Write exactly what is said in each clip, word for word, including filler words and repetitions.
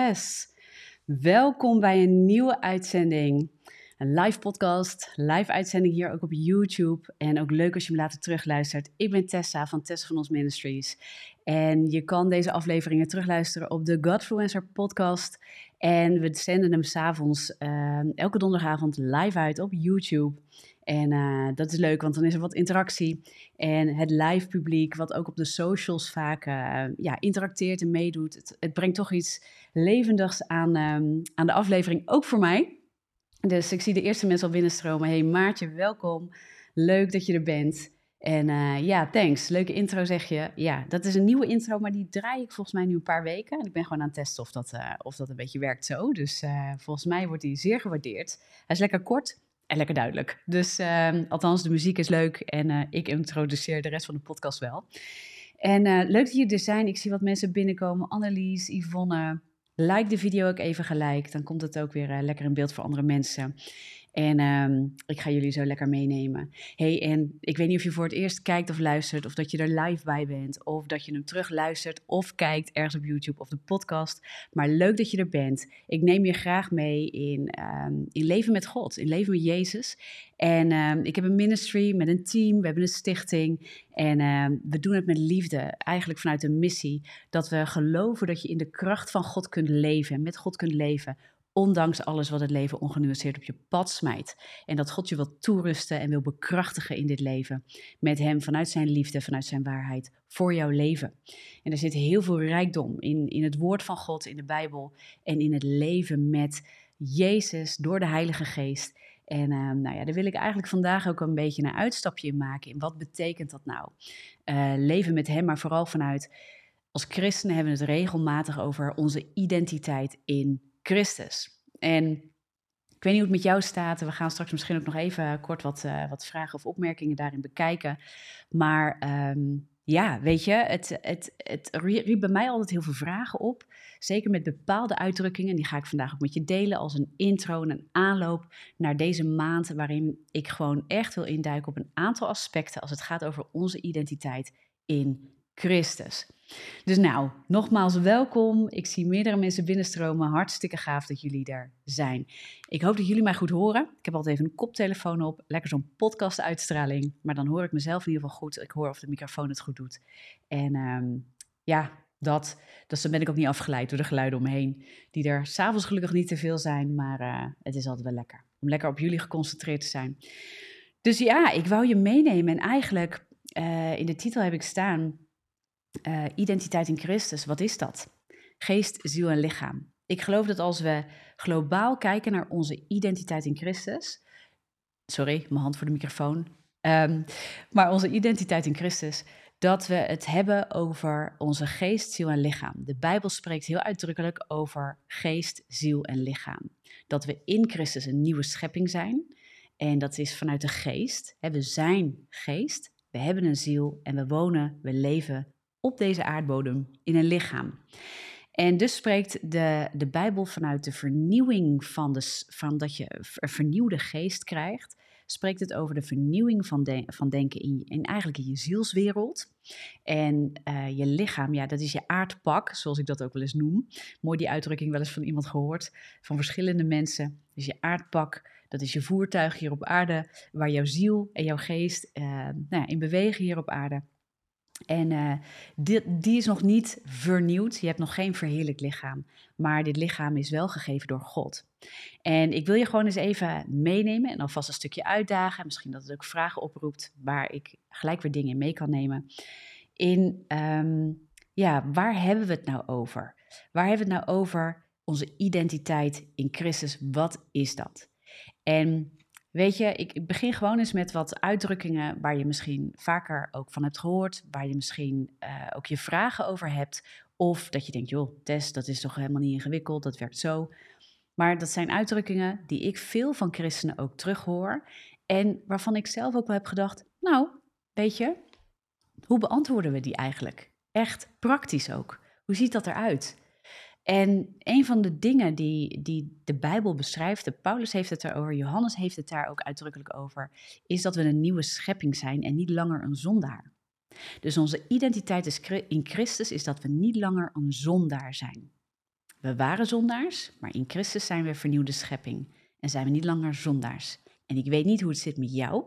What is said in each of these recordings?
Tess. Welkom bij een nieuwe uitzending. Een live podcast, live uitzending hier ook op YouTube. En ook leuk als je hem later terugluistert. Ik ben Tessa van Tessa van Ons Ministries. En je kan deze afleveringen terugluisteren op de Godfluencer podcast. En we zenden hem s'avonds uh, elke donderdagavond live uit op YouTube. En uh, dat is leuk, want dan is er wat interactie. En het live publiek, wat ook op de socials vaak uh, ja, interacteert en meedoet. Het, het brengt toch iets levendigs aan, um, aan de aflevering, ook voor mij. Dus ik zie de eerste mensen al binnenstromen. Hey Maartje, welkom. Leuk dat je er bent. En uh, ja, thanks. Leuke intro zeg je. Ja, dat is een nieuwe intro, maar die draai ik volgens mij nu een paar weken. En ik ben gewoon aan het testen of dat, uh, of dat een beetje werkt zo. Dus uh, volgens mij wordt die zeer gewaardeerd. Hij is lekker kort. En lekker duidelijk. Dus uh, althans, de muziek is leuk en uh, ik introduceer de rest van de podcast wel. En uh, leuk dat jullie er zijn. Ik zie wat mensen binnenkomen. Annelies, Yvonne. Like de video ook even gelijk. Dan komt het ook weer uh, lekker in beeld voor andere mensen. En um, ik ga jullie zo lekker meenemen. Hey, en ik weet niet of je voor het eerst kijkt of luistert, of dat je er live bij bent, of dat je hem terug luistert of kijkt ergens op YouTube of de podcast. Maar leuk dat je er bent. Ik neem je graag mee in, um, in leven met God, in leven met Jezus. En um, ik heb een ministry met een team, we hebben een stichting en um, we doen het met liefde. Eigenlijk vanuit een missie dat we geloven dat je in de kracht van God kunt leven en met God kunt leven. Ondanks alles wat het leven ongenuanceerd op je pad smijt. En dat God je wil toerusten en wil bekrachtigen in dit leven. Met hem vanuit zijn liefde, vanuit zijn waarheid voor jouw leven. En er zit heel veel rijkdom in, in het woord van God, in de Bijbel. En in het leven met Jezus door de Heilige Geest. En uh, nou ja, daar wil ik eigenlijk vandaag ook een beetje een uitstapje in maken. In wat betekent dat nou? Uh, leven met hem, maar vooral vanuit... Als christenen hebben we het regelmatig over onze identiteit in Christus. En ik weet niet hoe het met jou staat. We gaan straks misschien ook nog even kort wat, uh, wat vragen of opmerkingen daarin bekijken. Maar um, ja, weet je, het, het, het riep bij mij altijd heel veel vragen op. Zeker met bepaalde uitdrukkingen. Die ga ik vandaag ook met je delen als een intro en een aanloop naar deze maand. Waarin ik gewoon echt wil induiken op een aantal aspecten als het gaat over onze identiteit in Christus. Dus nou, nogmaals welkom. Ik zie meerdere mensen binnenstromen. Hartstikke gaaf dat jullie er zijn. Ik hoop dat jullie mij goed horen. Ik heb altijd even een koptelefoon op. Lekker zo'n podcast-uitstraling. Maar dan hoor ik mezelf in ieder geval goed. Ik hoor of de microfoon het goed doet. En um, ja, dat, dus dan ben ik ook niet afgeleid door de geluiden om me heen. Die er s'avonds gelukkig niet te veel zijn. Maar uh, het is altijd wel lekker. Om lekker op jullie geconcentreerd te zijn. Dus ja, ik wou je meenemen. En eigenlijk uh, in de titel heb ik staan... Uh, identiteit in Christus, wat is dat? Geest, ziel en lichaam. Ik geloof dat als we globaal kijken naar onze identiteit in Christus... Sorry, mijn hand voor de microfoon. Um, maar onze identiteit in Christus... dat we het hebben over onze geest, ziel en lichaam. De Bijbel spreekt heel uitdrukkelijk over geest, ziel en lichaam. Dat we in Christus een nieuwe schepping zijn. En dat is vanuit de geest. We zijn geest, we hebben een ziel en we wonen, we leven... op deze aardbodem in een lichaam. En dus spreekt de, de Bijbel vanuit de vernieuwing van, de, van dat je een vernieuwde geest krijgt, spreekt het over de vernieuwing van, de, van denken in, in eigenlijk in je zielswereld. En uh, je lichaam, ja, dat is je aardpak, zoals ik dat ook wel eens noem. Mooi die uitdrukking wel eens van iemand gehoord, van verschillende mensen. Dus je aardpak, dat is je voertuig hier op aarde, waar jouw ziel en jouw geest uh, nou ja, in bewegen hier op aarde. En uh, die, die is nog niet vernieuwd. Je hebt nog geen verheerlijk lichaam. Maar dit lichaam is wel gegeven door God. En ik wil je gewoon eens even meenemen en alvast een stukje uitdagen. Misschien dat het ook vragen oproept waar ik gelijk weer dingen in mee kan nemen. In, um, ja, waar hebben we het nou over? Waar hebben we het nou over? Onze identiteit in Christus. Wat is dat? En... Weet je, ik begin gewoon eens met wat uitdrukkingen waar je misschien vaker ook van hebt gehoord, waar je misschien uh, ook je vragen over hebt, of dat je denkt, joh, Tess, dat is toch helemaal niet ingewikkeld, dat werkt zo. Maar dat zijn uitdrukkingen die ik veel van christenen ook terughoor en waarvan ik zelf ook wel heb gedacht, nou, weet je, hoe beantwoorden we die eigenlijk? Echt praktisch ook. Hoe ziet dat eruit? En een van de dingen die, die de Bijbel beschrijft, de Paulus heeft het daarover, Johannes heeft het daar ook uitdrukkelijk over, is dat we een nieuwe schepping zijn en niet langer een zondaar. Dus onze identiteit in Christus is dat we niet langer een zondaar zijn. We waren zondaars, maar in Christus zijn we vernieuwde schepping en zijn we niet langer zondaars. En ik weet niet hoe het zit met jou,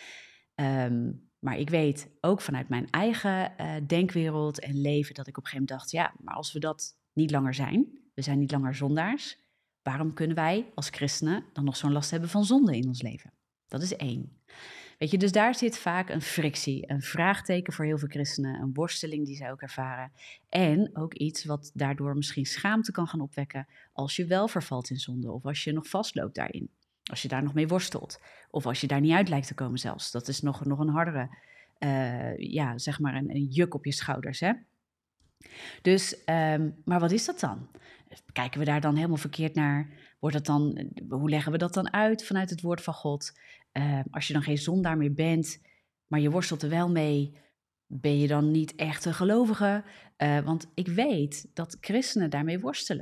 um, maar ik weet ook vanuit mijn eigen uh, denkwereld en leven dat ik op een gegeven moment dacht, ja, maar als we dat niet langer zijn, we zijn niet langer zondaars, waarom kunnen wij als christenen dan nog zo'n last hebben van zonde in ons leven? Dat is één. Weet je, dus daar zit vaak een frictie, een vraagteken voor heel veel christenen, een worsteling die zij ook ervaren. En ook iets wat daardoor misschien schaamte kan gaan opwekken als je wel vervalt in zonde of als je nog vastloopt daarin. Als je daar nog mee worstelt of als je daar niet uit lijkt te komen zelfs. Dat is nog, nog een hardere, uh, ja, zeg maar een, een juk op je schouders, hè. Dus, um, maar wat is dat dan? Kijken we daar dan helemaal verkeerd naar? Wordt dat dan, hoe leggen we dat dan uit vanuit het woord van God? Uh, als je dan geen zondaar meer bent, maar je worstelt er wel mee, ben je dan niet echt een gelovige? Uh, want ik weet dat christenen daarmee worstelen.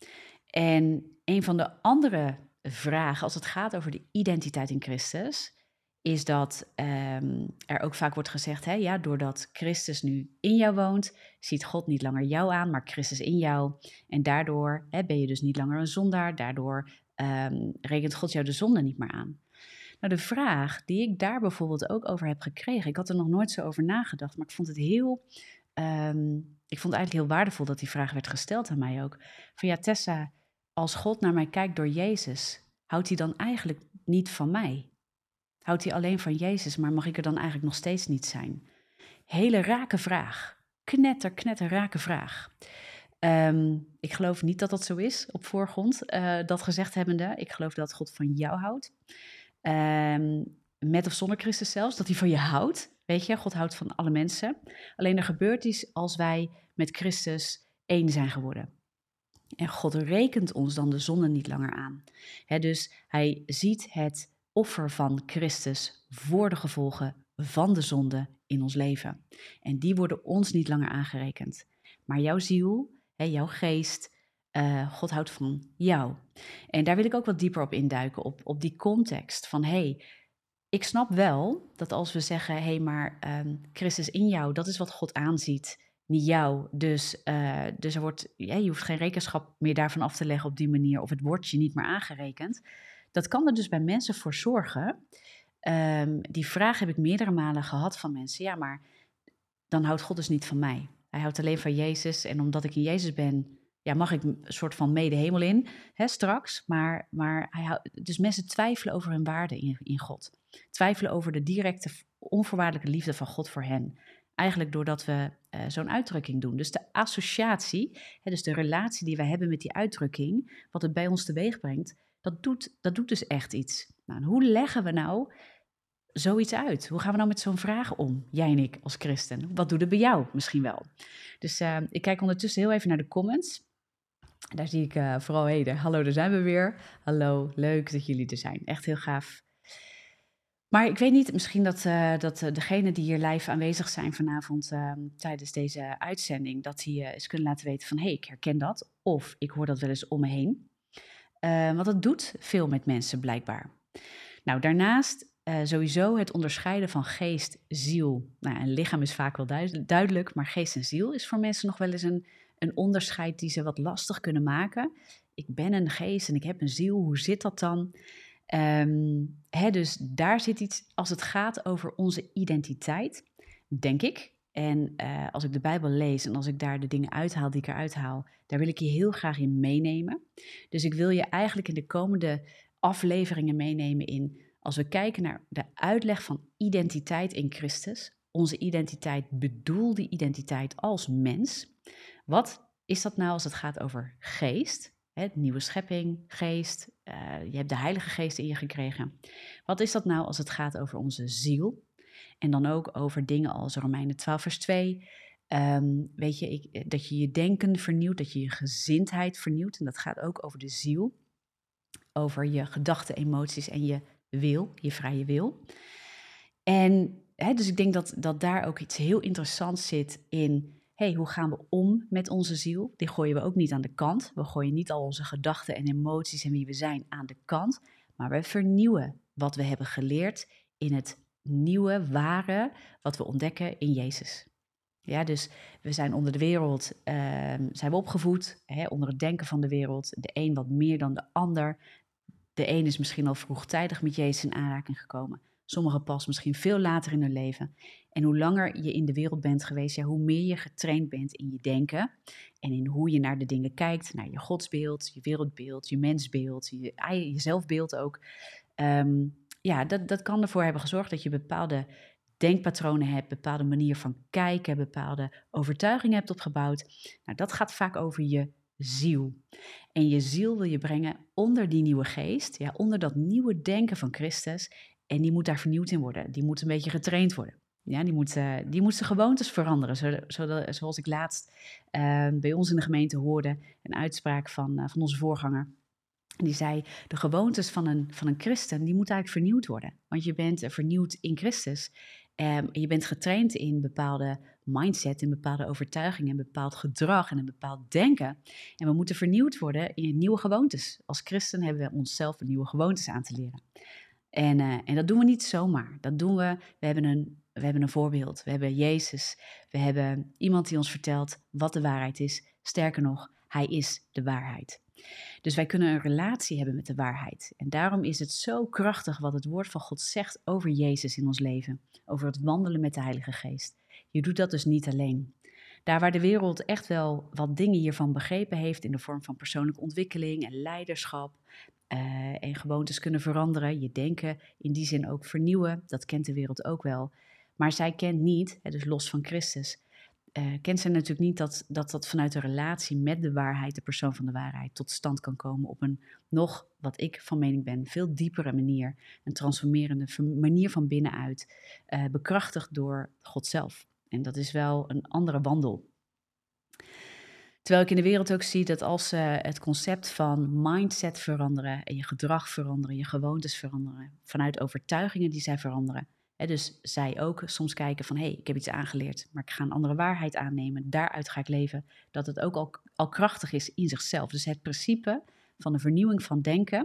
En een van de andere vragen, als het gaat over de identiteit in Christus, is dat um, er ook vaak wordt gezegd, hè, ja, doordat Christus nu in jou woont, ziet God niet langer jou aan, maar Christus in jou. En daardoor hè, ben je dus niet langer een zondaar, daardoor um, rekent God jou de zonde niet meer aan. Nou, de vraag die ik daar bijvoorbeeld ook over heb gekregen, ik had er nog nooit zo over nagedacht, maar ik vond het heel, um, ik vond het eigenlijk heel waardevol dat die vraag werd gesteld aan mij ook. Van ja, Tessa, als God naar mij kijkt door Jezus, houdt hij dan eigenlijk niet van mij? Houdt hij alleen van Jezus, maar mag ik er dan eigenlijk nog steeds niet zijn? Hele rake vraag. Knetter, knetter, rake vraag. Um, ik geloof niet dat dat zo is op voorgrond, uh, dat gezegd hebbende. Ik geloof dat God van jou houdt. Um, met of zonder Christus zelfs, dat hij van je houdt. Weet je, God houdt van alle mensen. Alleen er gebeurt iets als wij met Christus één zijn geworden. En God rekent ons dan de zonde niet langer aan. He, dus hij ziet het offer van Christus voor de gevolgen van de zonde in ons leven. En die worden ons niet langer aangerekend. Maar jouw ziel, he, jouw geest, uh, God houdt van jou. En daar wil ik ook wat dieper op induiken, op, op die context van, hey, ik snap wel dat als we zeggen, hé, hey, maar um, Christus in jou, dat is wat God aanziet, niet jou. Dus, uh, dus er wordt, ja, je hoeft geen rekenschap meer daarvan af te leggen op die manier, of het wordt je niet meer aangerekend. Dat kan er dus bij mensen voor zorgen. Um, die vraag heb ik meerdere malen gehad van mensen. Ja, maar dan houdt God dus niet van mij. Hij houdt alleen van Jezus. En omdat ik in Jezus ben, ja, mag ik een soort van mee de hemel in, hè, straks. Maar, maar hij houdt, dus mensen twijfelen over hun waarde in, in God. Twijfelen over de directe, onvoorwaardelijke liefde van God voor hen. Eigenlijk doordat we uh, zo'n uitdrukking doen. Dus de associatie, hè, dus de relatie die we hebben met die uitdrukking, wat het bij ons teweeg brengt, dat doet, dat doet dus echt iets. Nou, hoe leggen we nou zoiets uit? Hoe gaan we nou met zo'n vraag om, jij en ik als christen? Wat doet het bij jou misschien wel? Dus uh, ik kijk ondertussen heel even naar de comments. Daar zie ik uh, vooral heden. Hallo, daar zijn we weer. Hallo, leuk dat jullie er zijn. Echt heel gaaf. Maar ik weet niet, misschien dat, uh, dat uh, degenen die hier live aanwezig zijn vanavond uh, tijdens deze uitzending, dat die uh, eens kunnen laten weten van, hé, hey, ik herken dat. Of ik hoor dat wel eens om me heen. Uh, want dat doet veel met mensen blijkbaar. Nou, daarnaast uh, sowieso het onderscheiden van geest, ziel. Nou, een lichaam is vaak wel duid- duidelijk, maar geest en ziel is voor mensen nog wel eens een, een onderscheid die ze wat lastig kunnen maken. Ik ben een geest en ik heb een ziel, hoe zit dat dan? Um, hè, dus daar zit iets, als het gaat over onze identiteit, denk ik. En uh, als ik de Bijbel lees en als ik daar de dingen uithaal die ik eruit haal, daar wil ik je heel graag in meenemen. Dus ik wil je eigenlijk in de komende afleveringen meenemen in, als we kijken naar de uitleg van identiteit in Christus, onze identiteit, bedoelde identiteit als mens. Wat is dat nou als het gaat over geest? Hè, nieuwe schepping, geest, uh, je hebt de Heilige Geest in je gekregen. Wat is dat nou als het gaat over onze ziel? En dan ook over dingen als Romeinen twaalf vers twee. Um, weet je, ik, dat je je denken vernieuwt, dat je je gezindheid vernieuwt. En dat gaat ook over de ziel. Over je gedachten, emoties en je wil, je vrije wil. En hè, dus ik denk dat, dat daar ook iets heel interessants zit in, hey, hoe gaan we om met onze ziel? Die gooien we ook niet aan de kant. We gooien niet al onze gedachten en emoties en wie we zijn aan de kant. Maar we vernieuwen wat we hebben geleerd in het nieuwe, ware, wat we ontdekken in Jezus. Ja, dus we zijn onder de wereld, uh, zijn we opgevoed, hè, onder het denken van de wereld. De een wat meer dan de ander. De een is misschien al vroegtijdig met Jezus in aanraking gekomen. Sommigen pas misschien veel later in hun leven. En hoe langer je in de wereld bent geweest, ja, hoe meer je getraind bent in je denken. En in hoe je naar de dingen kijkt, naar je godsbeeld, je wereldbeeld, je mensbeeld, je, je zelfbeeld ook. Um, ja, dat, dat kan ervoor hebben gezorgd dat je bepaalde denkpatronen hebt, bepaalde manier van kijken, bepaalde overtuigingen hebt opgebouwd. Nou, dat gaat vaak over je ziel. En je ziel wil je brengen onder die nieuwe geest, ja, onder dat nieuwe denken van Christus. En die moet daar vernieuwd in worden. Die moet een beetje getraind worden. Ja, die moet, uh, die moet zijn gewoontes veranderen. Zodat, zoals ik laatst uh, bij ons in de gemeente hoorde, een uitspraak van, uh, van onze voorganger. Die zei, de gewoontes van een, van een christen, die moeten eigenlijk vernieuwd worden. Want je bent vernieuwd in Christus. Um, je bent getraind in bepaalde mindset, in bepaalde overtuigingen, in bepaald gedrag en een bepaald denken. En we moeten vernieuwd worden in nieuwe gewoontes. Als christen hebben we onszelf nieuwe gewoontes aan te leren. En, uh, en dat doen we niet zomaar. Dat doen we, we hebben, een, we hebben een voorbeeld. We hebben Jezus. We hebben iemand die ons vertelt wat de waarheid is. Sterker nog, hij is de waarheid. Dus wij kunnen een relatie hebben met de waarheid. En daarom is het zo krachtig wat het woord van God zegt over Jezus in ons leven. Over het wandelen met de Heilige Geest. Je doet dat dus niet alleen. Daar waar de wereld echt wel wat dingen hiervan begrepen heeft in de vorm van persoonlijke ontwikkeling en leiderschap. Uh, en gewoontes kunnen veranderen, je denken in die zin ook vernieuwen. Dat kent de wereld ook wel. Maar zij kent niet, hè, dus los van Christus, uh, kent zij natuurlijk niet dat, dat dat vanuit de relatie met de waarheid, de persoon van de waarheid, tot stand kan komen op een nog, wat ik van mening ben, veel diepere manier. Een transformerende manier van binnenuit, uh, bekrachtigd door God zelf. En dat is wel een andere wandel. Terwijl ik in de wereld ook zie dat als uh, het concept van mindset veranderen en je gedrag veranderen, je gewoontes veranderen, vanuit overtuigingen die zij veranderen. Hè, dus zij ook soms kijken van, hé, hey, ik heb iets aangeleerd, maar ik ga een andere waarheid aannemen, daaruit ga ik leven. Dat het ook al, al krachtig is in zichzelf. Dus het principe van de vernieuwing van denken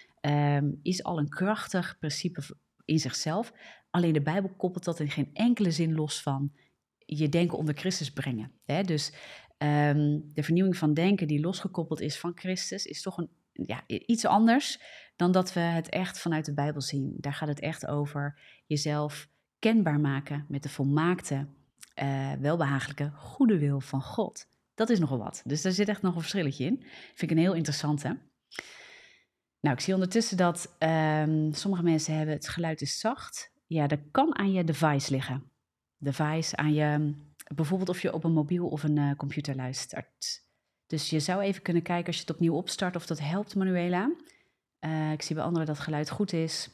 um, is al een krachtig principe in zichzelf. Alleen de Bijbel koppelt dat in geen enkele zin los van je denken onder Christus brengen. Hè? Dus um, de vernieuwing van denken die losgekoppeld is van Christus is toch een, ja, iets anders dan dat we het echt vanuit de Bijbel zien. Daar gaat het echt over jezelf kenbaar maken met de volmaakte, uh, welbehagelijke, goede wil van God. Dat is nogal wat. Dus daar zit echt nog een verschilletje in. Vind ik een heel interessante. Nou, ik zie ondertussen dat um, sommige mensen hebben het geluid is zacht. Ja, dat kan aan je device liggen. Device aan je, bijvoorbeeld of je op een mobiel of een uh, computer luistert. Dus je zou even kunnen kijken als je het opnieuw opstart of dat helpt, Manuela. Uh, ik zie bij anderen dat het geluid goed is.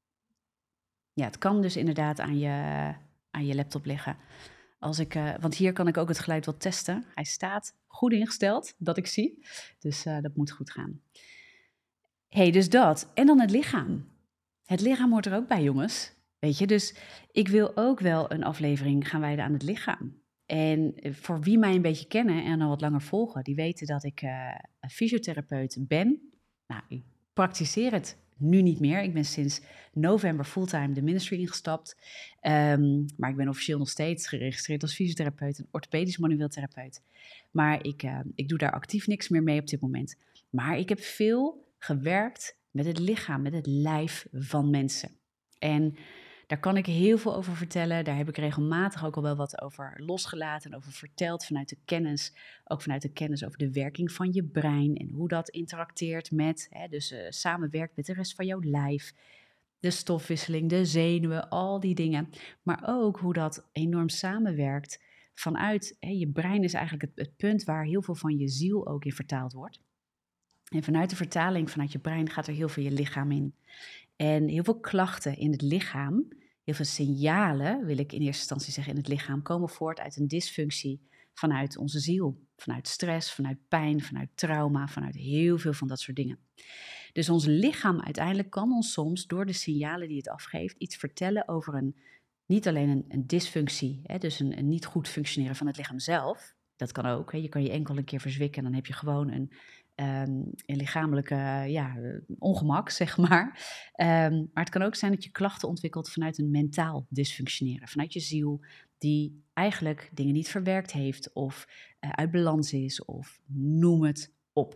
Ja, het kan dus inderdaad aan je, aan je laptop liggen. Als ik, uh, want hier kan ik ook het geluid wel testen. Hij staat goed ingesteld, dat ik zie. Dus uh, dat moet goed gaan. Hé, hey, dus dat. En dan het lichaam. Het lichaam hoort er ook bij, jongens. Weet je, dus ik wil ook wel een aflevering gaan wijden aan het lichaam. En voor wie mij een beetje kennen en al wat langer volgen, die weten dat ik uh, een fysiotherapeut ben. Nou, ik praktiseer het nu niet meer. Ik ben sinds november fulltime de ministry ingestapt. Um, maar ik ben officieel nog steeds geregistreerd als fysiotherapeut en orthopedisch manueel therapeut. Maar ik, uh, ik doe daar actief niks meer mee op dit moment. Maar ik heb veel gewerkt met het lichaam, met het lijf van mensen. En daar kan ik heel veel over vertellen. Daar heb ik regelmatig ook al wel wat over losgelaten en over verteld vanuit de kennis. Ook vanuit de kennis over de werking van je brein en hoe dat interacteert met, hè, dus uh, samenwerkt met de rest van jouw lijf. De stofwisseling, de zenuwen, al die dingen. Maar ook hoe dat enorm samenwerkt vanuit, hè, je brein is eigenlijk het, het punt waar heel veel van je ziel ook in vertaald wordt. En vanuit de vertaling vanuit je brein gaat er heel veel je lichaam in. En heel veel klachten in het lichaam, heel veel signalen, wil ik in eerste instantie zeggen, in het lichaam komen voort uit een dysfunctie vanuit onze ziel. Vanuit stress, vanuit pijn, vanuit trauma, vanuit heel veel van dat soort dingen. Dus ons lichaam uiteindelijk kan ons soms door de signalen die het afgeeft iets vertellen over een, niet alleen een, een dysfunctie, hè, dus een, een niet goed functioneren van het lichaam zelf. Dat kan ook, hè. Je kan je enkel een keer verzwikken en dan heb je gewoon een, um, en lichamelijke ja, ongemak, zeg maar. Um, maar het kan ook zijn dat je klachten ontwikkelt vanuit een mentaal dysfunctioneren. Vanuit je ziel die eigenlijk dingen niet verwerkt heeft of uh, uit balans is of noem het op.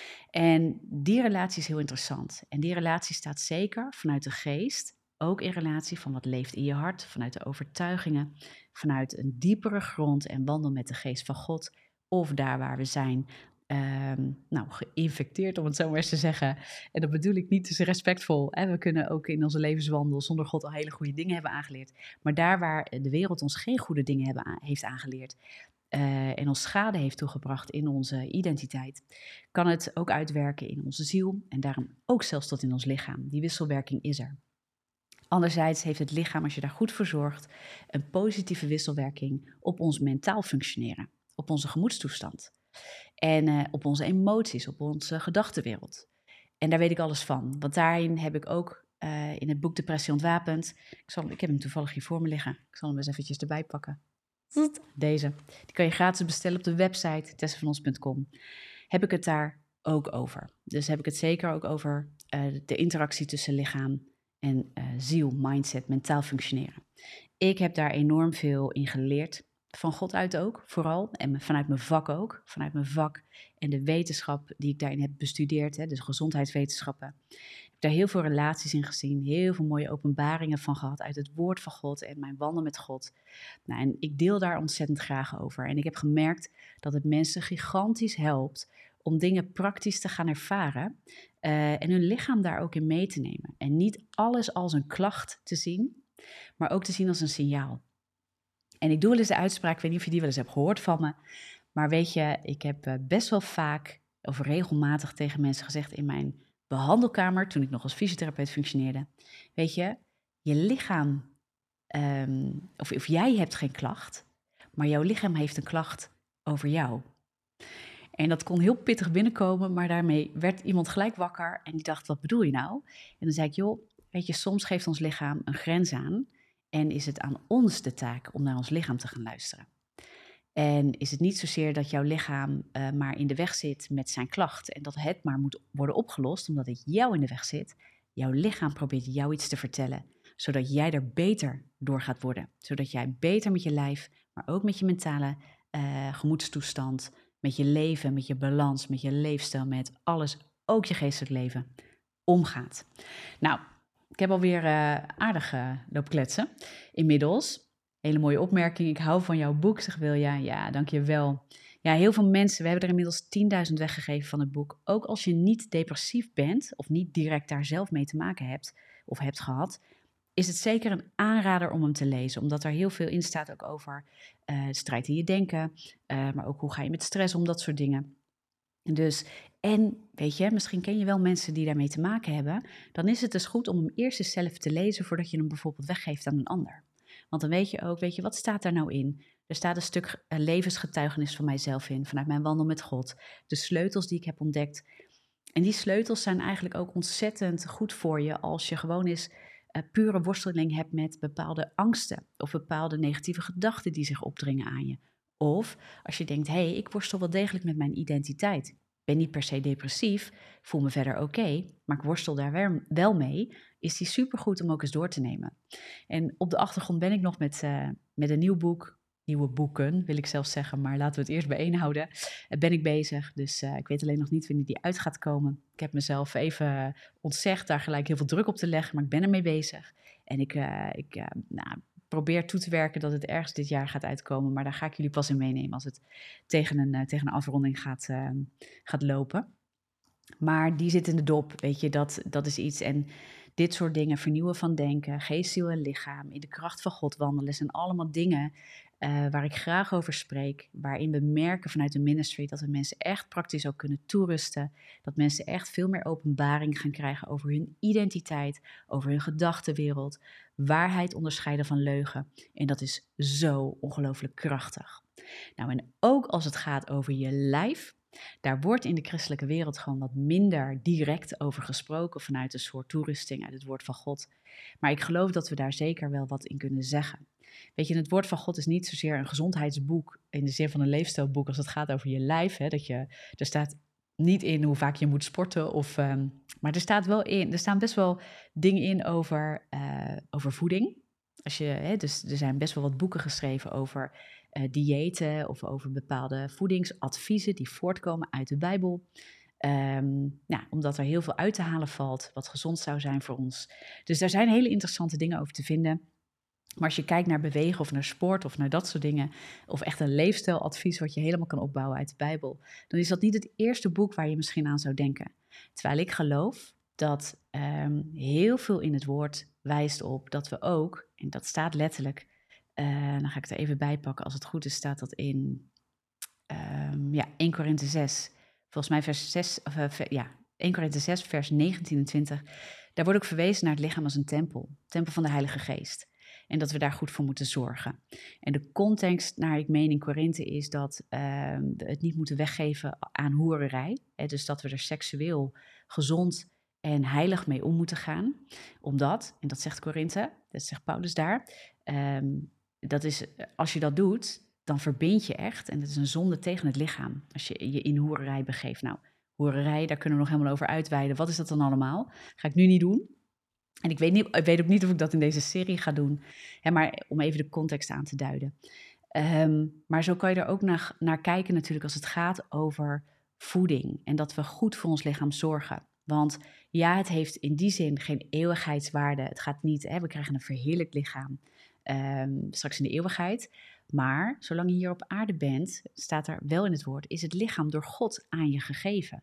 En die relatie is heel interessant. En die relatie staat zeker vanuit de geest, ook in relatie van wat leeft in je hart, vanuit de overtuigingen, vanuit een diepere grond en wandel met de geest van God. Of daar waar we zijn, um, nou, geïnfecteerd om het zo maar eens te zeggen. En dat bedoel ik niet te respectvol. Hè? We kunnen ook in onze levenswandel zonder God al hele goede dingen hebben aangeleerd. Maar daar waar de wereld ons geen goede dingen hebben aan, heeft aangeleerd, Uh, en ons schade heeft toegebracht in onze identiteit, kan het ook uitwerken in onze ziel en daarom ook zelfs tot in ons lichaam. Die wisselwerking is er. Anderzijds heeft het lichaam, als je daar goed voor zorgt, een positieve wisselwerking op ons mentaal functioneren, op onze gemoedstoestand en uh, op onze emoties, op onze gedachtenwereld. En daar weet ik alles van, want daarin heb ik ook uh, in het boek Depressie Ontwapend, ik, zal, ik heb hem toevallig hier voor me liggen, ik zal hem eens eventjes erbij pakken. Deze. Die kan je gratis bestellen op de website tessa van ons punt com. Heb ik het daar ook over. Dus heb ik het zeker ook over uh, de interactie tussen lichaam en uh, ziel, mindset, mentaal functioneren. Ik heb daar enorm veel in geleerd. Van God uit ook, vooral. En vanuit mijn vak ook. Vanuit mijn vak en de wetenschap die ik daarin heb bestudeerd. Hè, dus gezondheidswetenschappen. Ik heb daar heel veel relaties in gezien. Heel veel mooie openbaringen van gehad uit het woord van God en mijn wandel met God. Nou, en ik deel daar ontzettend graag over. En ik heb gemerkt dat het mensen gigantisch helpt om dingen praktisch te gaan ervaren. Uh, en hun lichaam daar ook in mee te nemen. En niet alles als een klacht te zien, maar ook te zien als een signaal. En ik doe wel eens de uitspraak, ik weet niet of je die wel eens hebt gehoord van me, maar weet je, ik heb best wel vaak of regelmatig tegen mensen gezegd in mijn behandelkamer, toen ik nog als fysiotherapeut functioneerde, weet je, je lichaam, um, of, of jij hebt geen klacht, maar jouw lichaam heeft een klacht over jou. En dat kon heel pittig binnenkomen, maar daarmee werd iemand gelijk wakker en die dacht, wat bedoel je nou? En dan zei ik, joh, weet je, soms geeft ons lichaam een grens aan en is het aan ons de taak om naar ons lichaam te gaan luisteren. En is het niet zozeer dat jouw lichaam uh, maar in de weg zit met zijn klacht en dat het maar moet worden opgelost omdat het jou in de weg zit. Jouw lichaam probeert jou iets te vertellen, zodat jij er beter door gaat worden. Zodat jij beter met je lijf, maar ook met je mentale uh, gemoedstoestand, met je leven, met je balans, met je leefstijl, met alles, ook je geestelijk leven, omgaat. Nou, ik heb alweer uh, aardig uh, lopen kletsen inmiddels. Hele mooie opmerking. Ik hou van jouw boek, zegt Wilja. Ja, dank je wel. Ja, heel veel mensen, we hebben er inmiddels tienduizend weggegeven van het boek. Ook als je niet depressief bent of niet direct daar zelf mee te maken hebt of hebt gehad, is het zeker een aanrader om hem te lezen. Omdat er heel veel in staat ook over uh, strijd in je denken, uh, maar ook hoe ga je met stress om, dat soort dingen. Dus, en weet je, misschien ken je wel mensen die daarmee te maken hebben. Dan is het dus goed om hem eerst eens zelf te lezen voordat je hem bijvoorbeeld weggeeft aan een ander. Want dan weet je ook, weet je, wat staat daar nou in? Er staat een stuk uh, levensgetuigenis van mijzelf in, vanuit mijn wandel met God. De sleutels die ik heb ontdekt. En die sleutels zijn eigenlijk ook ontzettend goed voor je als je gewoon eens uh, pure worsteling hebt met bepaalde angsten of bepaalde negatieve gedachten die zich opdringen aan je. Of als je denkt, hé, hey, ik worstel wel degelijk met mijn identiteit. Ik ben niet per se depressief, voel me verder oké, okay, maar ik worstel daar wel mee, is die supergoed om ook eens door te nemen. En op de achtergrond ben ik nog met, uh, met een nieuw boek, nieuwe boeken wil ik zelfs zeggen, maar laten we het eerst bijeen houden, uh, ben ik bezig. Dus uh, ik weet alleen nog niet wanneer die uit gaat komen. Ik heb mezelf even ontzegd daar gelijk heel veel druk op te leggen, maar ik ben ermee bezig. En ik, uh, ik uh, nou, probeer toe te werken dat het ergens dit jaar gaat uitkomen, maar daar ga ik jullie pas in meenemen als het tegen een, uh, tegen een afronding gaat, uh, gaat lopen. Maar die zit in de dop, weet je, dat, dat is iets. En dit soort dingen, vernieuwen van denken, geest, ziel en lichaam, in de kracht van God wandelen, zijn allemaal dingen uh, waar ik graag over spreek, waarin we merken vanuit de ministry dat we mensen echt praktisch ook kunnen toerusten, dat mensen echt veel meer openbaring gaan krijgen over hun identiteit, over hun gedachtenwereld, waarheid onderscheiden van leugen. En dat is zo ongelooflijk krachtig. Nou, en ook als het gaat over je lijf, daar wordt in de christelijke wereld gewoon wat minder direct over gesproken vanuit een soort toerusting uit het woord van God. Maar ik geloof dat we daar zeker wel wat in kunnen zeggen. Weet je, het woord van God is niet zozeer een gezondheidsboek in de zin van een leefstijlboek als het gaat over je lijf. Hè, dat je, er staat niet in hoe vaak je moet sporten. Of, um, maar er, staat wel in, er staan best wel dingen in over, uh, over voeding. Als je, hè, dus er zijn best wel wat boeken geschreven over uh, diëten of over bepaalde voedingsadviezen die voortkomen uit de Bijbel. Um, ja, omdat er heel veel uit te halen valt wat gezond zou zijn voor ons. Dus daar zijn hele interessante dingen over te vinden. Maar als je kijkt naar bewegen of naar sport of naar dat soort dingen, of echt een leefstijladvies wat je helemaal kan opbouwen uit de Bijbel, dan is dat niet het eerste boek waar je misschien aan zou denken. Terwijl ik geloof dat um, heel veel in het woord wijst op dat we ook, en dat staat letterlijk, uh, dan ga ik het er even bij pakken, als het goed is staat dat in um, ja, Eerste Korinthe zes, volgens mij vers zes, of, uh, ja, Eerste Korinthe zes vers negentien en twintig, daar wordt ook verwezen naar het lichaam als een tempel, tempel van de Heilige Geest. En dat we daar goed voor moeten zorgen. En de context, naar ik meen in Korinthe, is dat uh, we het niet moeten weggeven aan hoererij. Hè, dus dat we er seksueel gezond en heilig mee om moeten gaan. Omdat, en dat zegt Korinthe, dat zegt Paulus daar, um, dat is, als je dat doet, dan verbind je echt, en dat is een zonde tegen het lichaam, als je je in hoererij begeeft. Nou, hoererij, daar kunnen we nog helemaal over uitweiden. Wat is dat dan allemaal? Ga ik nu niet doen. En ik weet, niet, ik weet ook niet of ik dat in deze serie ga doen. Hè, maar om even de context aan te duiden. Um, maar zo kan je er ook naar, naar kijken natuurlijk als het gaat over voeding. En dat we goed voor ons lichaam zorgen. Want ja, het heeft in die zin geen eeuwigheidswaarde. Het gaat niet, hè, we krijgen een verheerlijkt lichaam um, straks in de eeuwigheid. Maar zolang je hier op aarde bent, staat er wel in het woord, is het lichaam door God aan je gegeven.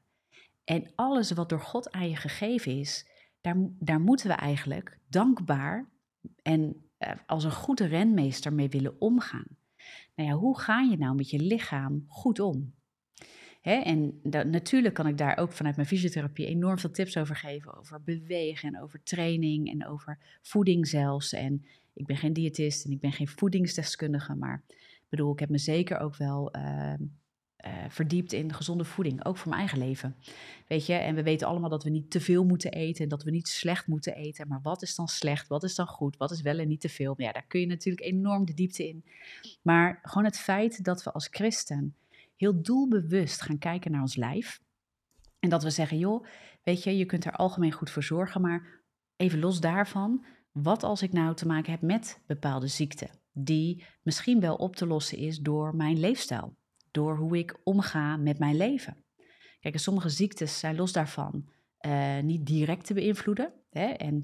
En alles wat door God aan je gegeven is, Daar, daar moeten we eigenlijk dankbaar en uh, als een goede renmeester mee willen omgaan. Nou ja, hoe ga je nou met je lichaam goed om? Hè, en da, natuurlijk kan ik daar ook vanuit mijn fysiotherapie enorm veel tips over geven. Over bewegen en over training en over voeding zelfs. En ik ben geen diëtist en ik ben geen voedingsdeskundige, maar ik bedoel, ik heb me zeker ook wel Uh, Uh, verdiept in gezonde voeding, ook voor mijn eigen leven. Weet je, en we weten allemaal dat we niet te veel moeten eten en dat we niet slecht moeten eten. Maar wat is dan slecht? Wat is dan goed? Wat is wel en niet te veel? Ja, daar kun je natuurlijk enorm de diepte in. Maar gewoon het feit dat we als christen heel doelbewust gaan kijken naar ons lijf. En dat we zeggen, joh, weet je, je kunt er algemeen goed voor zorgen, maar even los daarvan, wat als ik nou te maken heb met bepaalde ziekten, die misschien wel op te lossen is door mijn leefstijl? Door hoe ik omga met mijn leven. Kijk, sommige ziektes zijn los daarvan uh, niet direct te beïnvloeden. Hè? En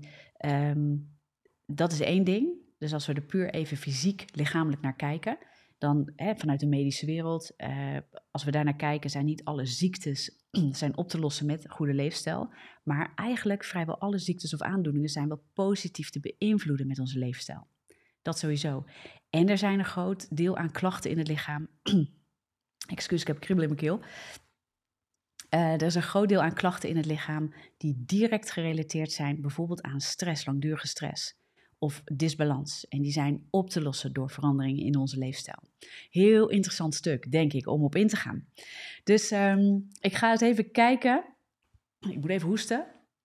um, dat is één ding. Dus als we er puur even fysiek, lichamelijk naar kijken, dan hè, vanuit de medische wereld, uh, als we daar naar kijken, zijn niet alle ziektes zijn op te lossen met een goede leefstijl. Maar eigenlijk vrijwel alle ziektes of aandoeningen zijn wel positief te beïnvloeden met onze leefstijl. Dat sowieso. En er zijn een groot deel aan klachten in het lichaam. Excuus, ik heb kriebel in mijn keel. Uh, er is een groot deel aan klachten in het lichaam die direct gerelateerd zijn, bijvoorbeeld aan stress, langdurige stress of disbalans. En die zijn op te lossen door veranderingen in onze leefstijl. Heel interessant stuk, denk ik, om op in te gaan. Dus um, ik ga eens even kijken. Ik moet even hoesten.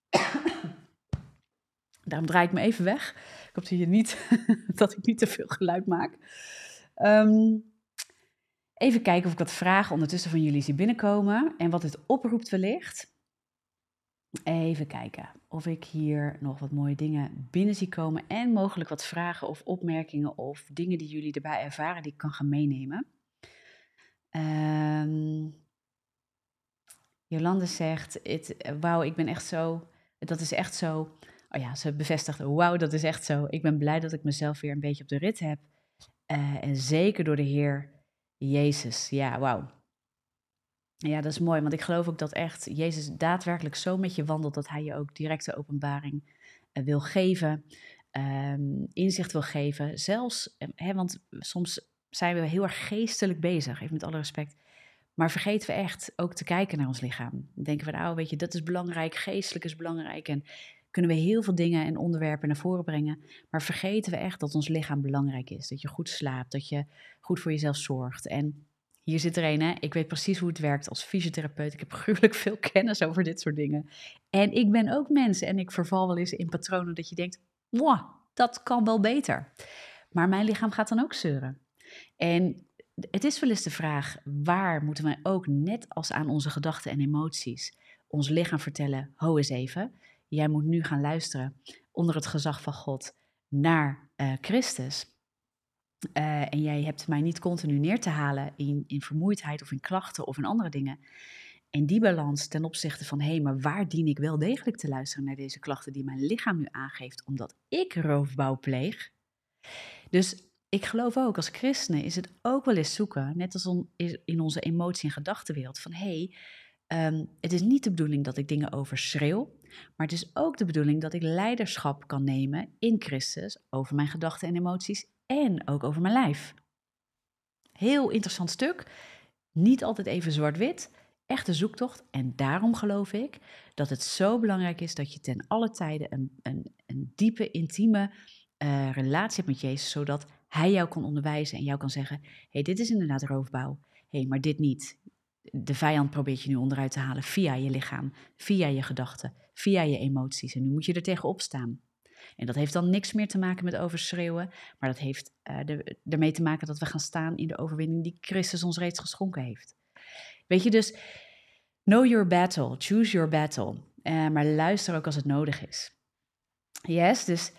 Daarom draai ik me even weg. Ik hoop dat, je niet, dat ik niet te veel geluid maak. Um, Even kijken of ik wat vragen ondertussen van jullie zie binnenkomen en wat het oproept wellicht. Even kijken of ik hier nog wat mooie dingen binnen zie komen en mogelijk wat vragen of opmerkingen of dingen die jullie erbij ervaren die ik kan gaan meenemen. Um, Jolande zegt, wauw, ik ben echt zo, dat is echt zo. Oh ja, ze bevestigt, wauw, dat is echt zo. Ik ben blij dat ik mezelf weer een beetje op de rit heb. Uh, en zeker door de Heer Jezus, ja, wauw. Ja, dat is mooi, want ik geloof ook dat echt Jezus daadwerkelijk zo met je wandelt dat hij je ook directe openbaring uh, wil geven, um, inzicht wil geven. Zelfs, hè, want soms zijn we heel erg geestelijk bezig, even met alle respect. Maar vergeten we echt ook te kijken naar ons lichaam. Dan denken we, nou weet je, dat is belangrijk, geestelijk is belangrijk en kunnen we heel veel dingen en onderwerpen naar voren brengen. Maar vergeten we echt dat ons lichaam belangrijk is. Dat je goed slaapt, dat je goed voor jezelf zorgt. En hier zit er een, hè? Ik weet precies hoe het werkt als fysiotherapeut. Ik heb gruwelijk veel kennis over dit soort dingen. En ik ben ook mens en ik verval wel eens in patronen dat je denkt, wow, dat kan wel beter. Maar mijn lichaam gaat dan ook zeuren. En het is wel eens de vraag, waar moeten wij ook, net als aan onze gedachten en emoties, ons lichaam vertellen, ho eens even, jij moet nu gaan luisteren onder het gezag van God naar uh, Christus. Uh, en jij hebt mij niet continu neer te halen in, in vermoeidheid of in klachten of in andere dingen. En die balans ten opzichte van, hé, hey, maar waar dien ik wel degelijk te luisteren naar deze klachten die mijn lichaam nu aangeeft, omdat ik roofbouw pleeg. Dus ik geloof ook, als christenen is het ook wel eens zoeken, net als on, in onze emotie- en gedachtenwereld, van hé, hey, um, het is niet de bedoeling dat ik dingen overschreeuw, maar het is ook de bedoeling dat ik leiderschap kan nemen in Christus over mijn gedachten en emoties en ook over mijn lijf. Heel interessant stuk, niet altijd even zwart-wit, echte zoektocht. En daarom geloof ik dat het zo belangrijk is dat je ten alle tijden een, een, een diepe, intieme uh, relatie hebt met Jezus, zodat Hij jou kan onderwijzen en jou kan zeggen, hé, hey, dit is inderdaad roofbouw. Hé, hey, maar dit niet. De vijand probeert je nu onderuit te halen via je lichaam, via je gedachten, via je emoties. En nu moet je er tegen opstaan. En dat heeft dan niks meer te maken met overschreeuwen, maar dat heeft uh, de, ermee te maken dat we gaan staan in de overwinning die Christus ons reeds geschonken heeft. Weet je, dus know your battle, choose your battle, uh, maar luister ook als het nodig is. Yes, dus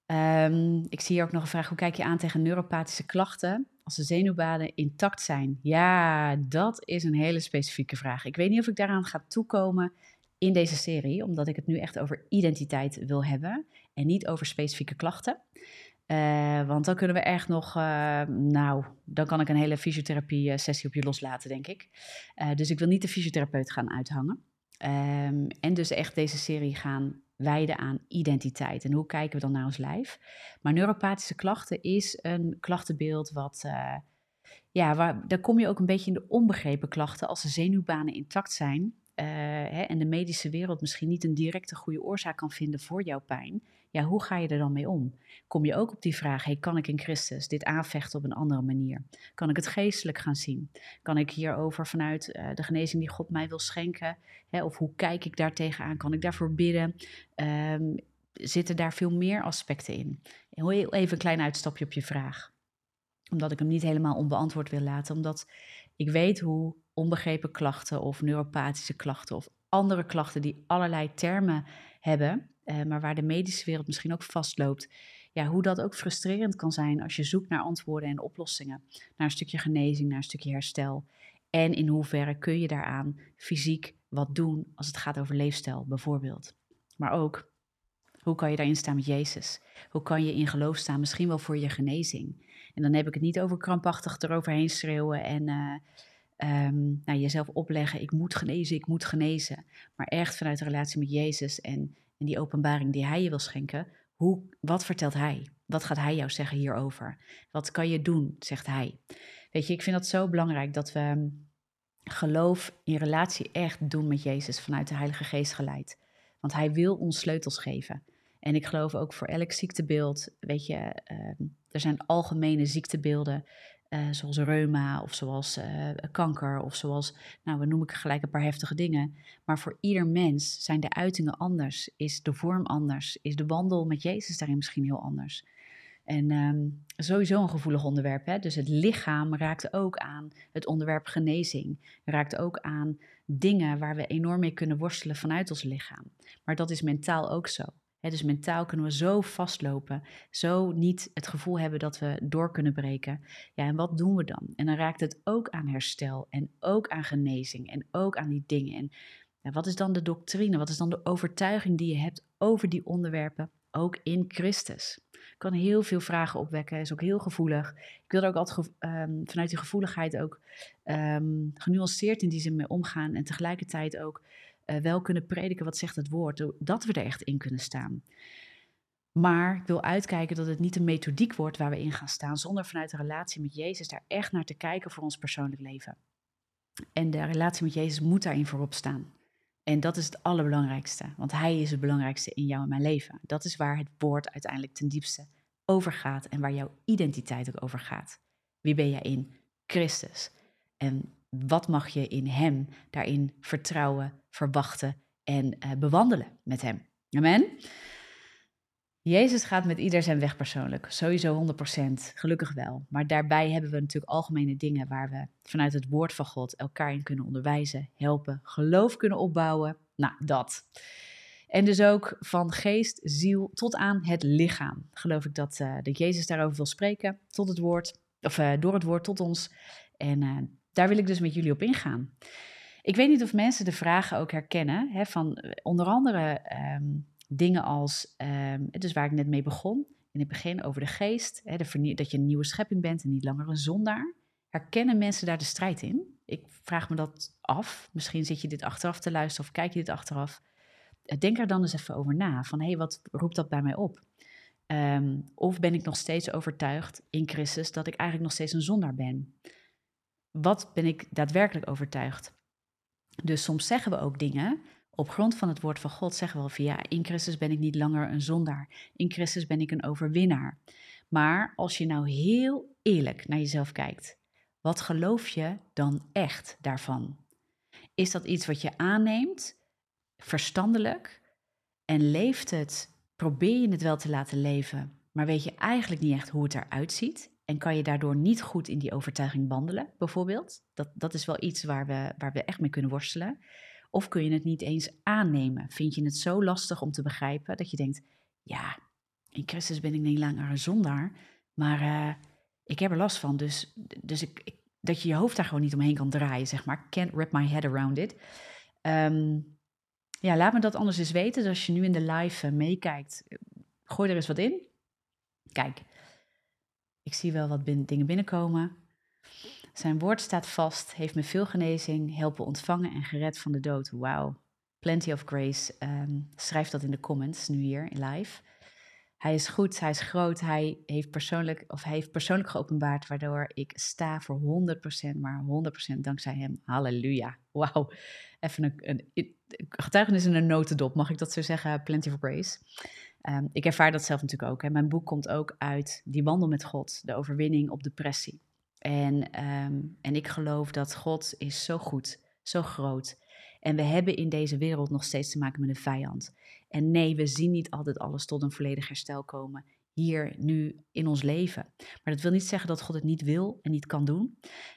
um, ik zie hier ook nog een vraag, hoe kijk je aan tegen neuropathische klachten als de zenuwbanen intact zijn? Ja, dat is een hele specifieke vraag. Ik weet niet of ik daaraan ga toekomen in deze serie, omdat ik het nu echt over identiteit wil hebben en niet over specifieke klachten. Uh, want dan kunnen we echt nog, uh, nou, dan kan ik een hele fysiotherapie-sessie op je loslaten, denk ik. Uh, dus ik wil niet de fysiotherapeut gaan uithangen. Um, en dus echt deze serie gaan wijden aan identiteit. En hoe kijken we dan naar ons lijf? Maar neuropathische klachten is een klachtenbeeld wat, uh, ja, waar, daar kom je ook een beetje in de onbegrepen klachten als de zenuwbanen intact zijn. Uh, hè, en de medische wereld misschien niet een directe goede oorzaak kan vinden voor jouw pijn. Ja, hoe ga je er dan mee om? Kom je ook op die vraag, hey, kan ik in Christus dit aanvechten op een andere manier? Kan ik het geestelijk gaan zien? Kan ik hierover vanuit uh, de genezing die God mij wil schenken? Hè, of hoe kijk ik daar tegenaan? Kan ik daarvoor bidden? Um, zitten daar veel meer aspecten in? Heel even een klein uitstapje op je vraag. Omdat ik hem niet helemaal onbeantwoord wil laten. Omdat ik weet hoe onbegrepen klachten of neuropathische klachten of andere klachten die allerlei termen hebben, eh, maar waar de medische wereld misschien ook vastloopt, ja, hoe dat ook frustrerend kan zijn als je zoekt naar antwoorden en oplossingen, naar een stukje genezing, naar een stukje herstel. En in hoeverre kun je daaraan fysiek wat doen als het gaat over leefstijl bijvoorbeeld. Maar ook, hoe kan je daarin staan met Jezus? Hoe kan je in geloof staan, misschien wel voor je genezing? En dan heb ik het niet over krampachtig eroverheen schreeuwen en uh, um, nou, jezelf opleggen, ik moet genezen, ik moet genezen. Maar echt vanuit de relatie met Jezus en, en die openbaring die Hij je wil schenken, hoe, wat vertelt Hij? Wat gaat Hij jou zeggen hierover? Wat kan je doen, zegt Hij? Weet je, ik vind dat zo belangrijk dat we geloof in relatie echt doen met Jezus vanuit de Heilige Geest geleid. Want Hij wil ons sleutels geven. En ik geloof ook voor elk ziektebeeld, weet je, uh, er zijn algemene ziektebeelden, uh, zoals reuma of zoals uh, kanker of zoals, nou, we noemen ik gelijk een paar heftige dingen. Maar voor ieder mens zijn de uitingen anders, is de vorm anders, is de wandel met Jezus daarin misschien heel anders. En um, sowieso een gevoelig onderwerp, hè? Dus het lichaam raakt ook aan het onderwerp genezing. Raakt ook aan dingen waar we enorm mee kunnen worstelen vanuit ons lichaam. Maar dat is mentaal ook zo. Hè? Dus mentaal kunnen we zo vastlopen, zo niet het gevoel hebben dat we door kunnen breken. Ja, en wat doen we dan? En dan raakt het ook aan herstel en ook aan genezing en ook aan die dingen. En ja, wat is dan de doctrine? Wat is dan de overtuiging die je hebt over die onderwerpen, ook in Christus? Kan heel veel vragen opwekken, is ook heel gevoelig. Ik wil er ook altijd um, vanuit die gevoeligheid ook um, genuanceerd in die zin mee omgaan en tegelijkertijd ook uh, wel kunnen prediken wat zegt het woord, dat we er echt in kunnen staan. Maar ik wil uitkijken dat het niet een methodiek wordt waar we in gaan staan, zonder vanuit de relatie met Jezus daar echt naar te kijken voor ons persoonlijk leven. En de relatie met Jezus moet daarin voorop staan. En dat is het allerbelangrijkste, want Hij is het belangrijkste in jou en mijn leven. Dat is waar het woord uiteindelijk ten diepste over gaat en waar jouw identiteit ook over gaat. Wie ben jij in Christus? En wat mag je in Hem daarin vertrouwen, verwachten en uh, bewandelen met Hem? Amen? Jezus gaat met ieder zijn weg persoonlijk, sowieso honderd procent, gelukkig wel. Maar daarbij hebben we natuurlijk algemene dingen waar we vanuit het woord van God elkaar in kunnen onderwijzen, helpen, geloof kunnen opbouwen. Nou, dat. En dus ook van geest, ziel tot aan het lichaam. Geloof ik dat, uh, dat Jezus daarover wil spreken, tot het woord, of uh, door het woord tot ons. En uh, daar wil ik dus met jullie op ingaan. Ik weet niet of mensen de vragen ook herkennen, hè, van uh, onder andere um, dingen als, um, dus waar ik net mee begon, in het begin over de geest, hè, de vernie- dat je een nieuwe schepping bent en niet langer een zondaar. Herkennen mensen daar de strijd in? Ik vraag me dat af. Misschien zit je dit achteraf te luisteren of kijk je dit achteraf. Denk er dan eens even over na, van hé, hey, wat roept dat bij mij op? Um, of ben ik nog steeds overtuigd in Christus dat ik eigenlijk nog steeds een zondaar ben? Wat ben ik daadwerkelijk overtuigd? Dus soms zeggen we ook dingen, op grond van het woord van God zeggen we wel van ja, in Christus ben ik niet langer een zondaar. In Christus ben ik een overwinnaar. Maar als je nou heel eerlijk naar jezelf kijkt, wat geloof je dan echt daarvan? Is dat iets wat je aanneemt, verstandelijk, en leeft het, probeer je het wel te laten leven, maar weet je eigenlijk niet echt hoe het eruit ziet? En kan je daardoor niet goed in die overtuiging wandelen, bijvoorbeeld? Dat, dat is wel iets waar we, waar we echt mee kunnen worstelen. Of kun je het niet eens aannemen? Vind je het zo lastig om te begrijpen dat je denkt, ja, in Christus ben ik niet langer een zondaar, maar uh, ik heb er last van. Dus, dus ik, ik, dat je je hoofd daar gewoon niet omheen kan draaien, zeg maar. Can't wrap my head around it. Um, ja, laat me dat anders eens weten. Dus als je nu in de live uh, meekijkt, gooi er eens wat in. Kijk, ik zie wel wat bin- dingen binnenkomen. Zijn woord staat vast, heeft me veel genezing, helpen ontvangen en gered van de dood. Wauw, plenty of grace. Um, schrijf dat in de comments, nu hier in live. Hij is goed, hij is groot, hij heeft persoonlijk, of hij heeft persoonlijk geopenbaard, waardoor ik sta voor honderd procent, maar honderd procent dankzij hem. Halleluja. Wauw. Even een, een, een getuigenis in een notendop, mag ik dat zo zeggen? Plenty of grace. Um, ik ervaar dat zelf natuurlijk ook. Hè. Mijn boek komt ook uit die wandel met God, de overwinning op depressie. En, um, en ik geloof dat God is zo goed, zo groot. En we hebben in deze wereld nog steeds te maken met een vijand. En nee, we zien niet altijd alles tot een volledig herstel komen, hier, nu, in ons leven. Maar dat wil niet zeggen dat God het niet wil en niet kan doen.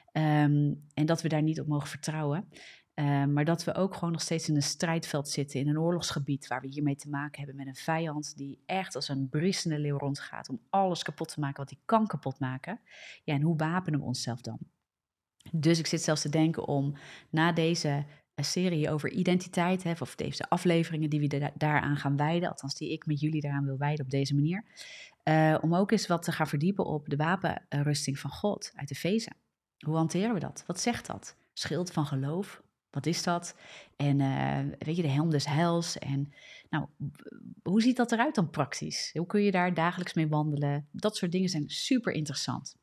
Um, en dat we daar niet op mogen vertrouwen. Uh, maar dat we ook gewoon nog steeds in een strijdveld zitten, in een oorlogsgebied, waar we hiermee te maken hebben met een vijand die echt als een briesende leeuw rondgaat om alles kapot te maken wat hij kan kapot maken. Ja, en hoe wapenen we onszelf dan? Dus ik zit zelfs te denken om na deze een serie over identiteit, hè, of deze afleveringen die we da- daaraan gaan wijden, althans die ik met jullie daaraan wil wijden op deze manier, uh, om ook eens wat te gaan verdiepen op de wapenrusting van God uit Efeze. Hoe hanteren we dat? Wat zegt dat? Schild van geloof, wat is dat? En uh, weet je, de helm des heils. En nou, hoe ziet dat eruit dan praktisch? Hoe kun je daar dagelijks mee wandelen? Dat soort dingen zijn super interessant.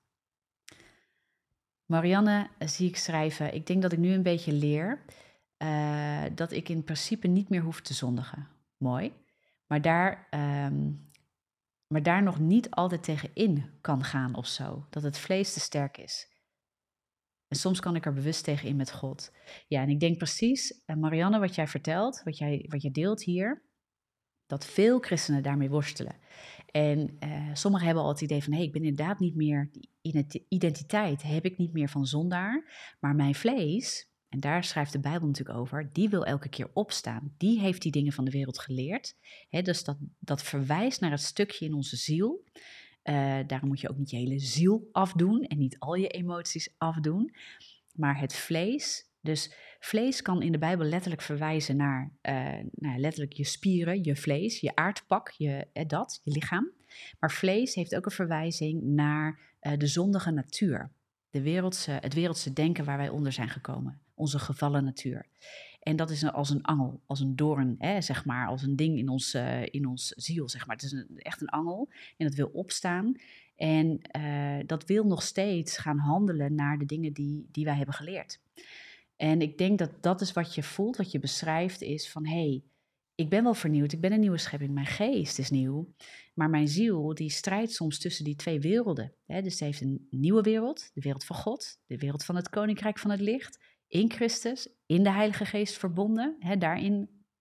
Marianne zie ik schrijven, ik denk dat ik nu een beetje leer uh, dat ik in principe niet meer hoef te zondigen. Mooi. Maar daar, um, maar daar nog niet altijd tegenin kan gaan of zo. Dat het vlees te sterk is. En soms kan ik er bewust tegen in met God. Ja, en ik denk precies, uh, Marianne, wat jij vertelt, wat jij, wat jij deelt hier, dat veel christenen daarmee worstelen. En uh, sommigen hebben al het idee van, hé, hey, ik ben inderdaad niet meer, die identiteit heb ik niet meer van zondaar, maar mijn vlees, en daar schrijft de Bijbel natuurlijk over, die wil elke keer opstaan. Die heeft die dingen van de wereld geleerd. He, dus dat, dat verwijst naar het stukje in onze ziel. Uh, daarom moet je ook niet je hele ziel afdoen en niet al je emoties afdoen. Maar het vlees, dus vlees kan in de Bijbel letterlijk verwijzen naar, uh, nou, letterlijk je spieren, je vlees, je aardpak, je, eh, dat, je lichaam. Maar vlees heeft ook een verwijzing naar uh, de zondige natuur. De wereldse, het wereldse denken waar wij onder zijn gekomen. Onze gevallen natuur. En dat is als een angel, als een doorn, hè, zeg maar, als een ding in ons, uh, in ons ziel, zeg maar. Het is een, echt een angel en dat wil opstaan. En uh, dat wil nog steeds gaan handelen naar de dingen die, die wij hebben geleerd. En ik denk dat dat is wat je voelt, wat je beschrijft, is van hé, hey, ik ben wel vernieuwd, ik ben een nieuwe schepping, mijn geest is nieuw. Maar mijn ziel, die strijdt soms tussen die twee werelden. Hè? Dus ze heeft een nieuwe wereld, de wereld van God, de wereld van het Koninkrijk van het Licht, in Christus, in de Heilige Geest verbonden. Hè? Daarin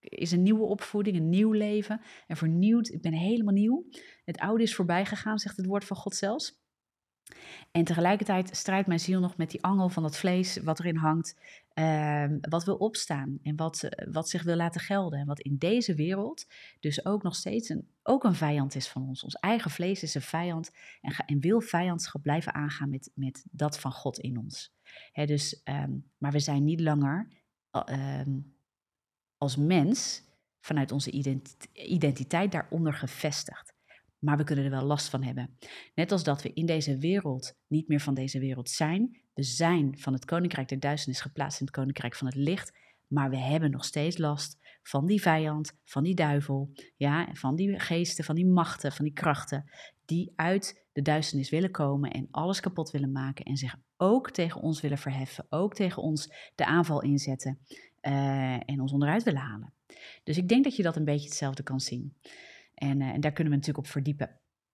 is een nieuwe opvoeding, een nieuw leven. En vernieuwd, ik ben helemaal nieuw. Het oude is voorbij gegaan, zegt het woord van God zelfs. En tegelijkertijd strijdt mijn ziel nog met die angel van dat vlees wat erin hangt. ehm, wat wil opstaan en wat, eh, wat zich wil laten gelden. En wat in deze wereld dus ook nog steeds een, ook een vijand is van ons. Ons eigen vlees is een vijand en, ga- en wil vijandschap blijven aangaan met, met dat van God in ons. Hè, dus, ehm, maar we zijn niet langer eh, ehm, als mens vanuit onze identi- identiteit daaronder gevestigd. Maar we kunnen er wel last van hebben. Net als dat we in deze wereld niet meer van deze wereld zijn. We zijn van het koninkrijk der duisternis geplaatst in het koninkrijk van het licht. Maar we hebben nog steeds last van die vijand, van die duivel. Ja, van die geesten, van die machten, van die krachten. Die uit de duisternis willen komen en alles kapot willen maken. En zich ook tegen ons willen verheffen. Ook tegen ons de aanval inzetten. Uh, en ons onderuit willen halen. Dus ik denk dat je dat een beetje hetzelfde kan zien. En, uh, en daar kunnen we natuurlijk op verdiepen.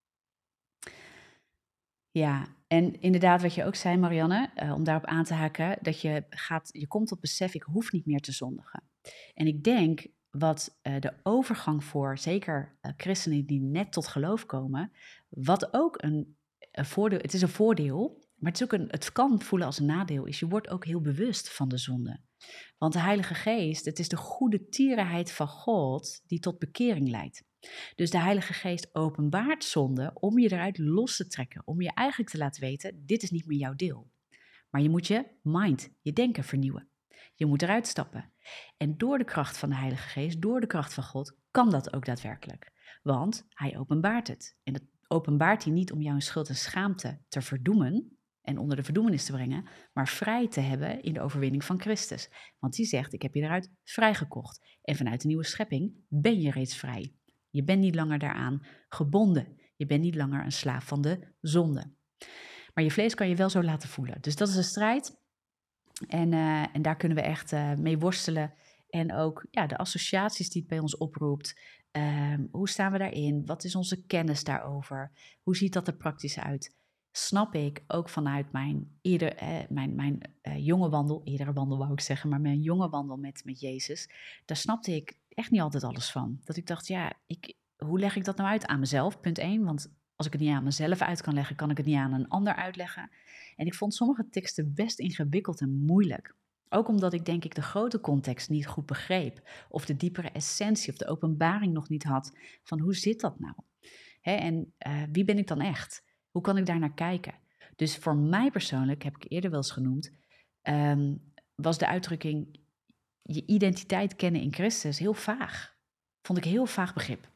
Ja, en inderdaad wat je ook zei, Marianne, uh, om daarop aan te haken, dat je, gaat, je komt tot besef, ik hoef niet meer te zondigen. En ik denk wat uh, de overgang voor, zeker uh, christenen die net tot geloof komen, wat ook een, een voordeel, het is een voordeel, maar het, is ook een, het kan voelen als een nadeel, is je wordt ook heel bewust van de zonde. Want de Heilige Geest, het is de goede tierenheid van God die tot bekering leidt. Dus de Heilige Geest openbaart zonde om je eruit los te trekken. Om je eigenlijk te laten weten, dit is niet meer jouw deel. Maar je moet je mind, je denken vernieuwen. Je moet eruit stappen. En door de kracht van de Heilige Geest, door de kracht van God, kan dat ook daadwerkelijk. Want hij openbaart het. En dat openbaart hij niet om jouw schuld en schaamte te verdoemen en onder de verdoemenis te brengen, maar vrij te hebben in de overwinning van Christus. Want die zegt, ik heb je eruit vrijgekocht. En vanuit de nieuwe schepping ben je reeds vrij. Je bent niet langer daaraan gebonden. Je bent niet langer een slaaf van de zonde. Maar je vlees kan je wel zo laten voelen. Dus dat is een strijd. En, uh, en daar kunnen we echt uh, mee worstelen. En ook ja, de associaties die het bij ons oproept. Uh, hoe staan we daarin? Wat is onze kennis daarover? Hoe ziet dat er praktisch uit? Snap ik ook vanuit mijn, eerder, eh, mijn, mijn uh, jonge wandel, eerdere wandel wou ik zeggen, maar mijn jonge wandel met, met Jezus, daar snapte ik echt niet altijd alles van. Dat ik dacht, ja, ik, hoe leg ik dat nou uit aan mezelf? Punt één, want als ik het niet aan mezelf uit kan leggen, kan ik het niet aan een ander uitleggen. En ik vond sommige teksten best ingewikkeld en moeilijk. Ook omdat ik denk ik de grote context niet goed begreep. Of de diepere essentie of de openbaring nog niet had van hoe zit dat nou? Hè, en uh, wie ben ik dan echt? Hoe kan ik daar naar kijken? Dus voor mij persoonlijk, heb ik eerder wel eens genoemd, um, was de uitdrukking je identiteit kennen in Christus heel vaag. Vond ik heel vaag begrip.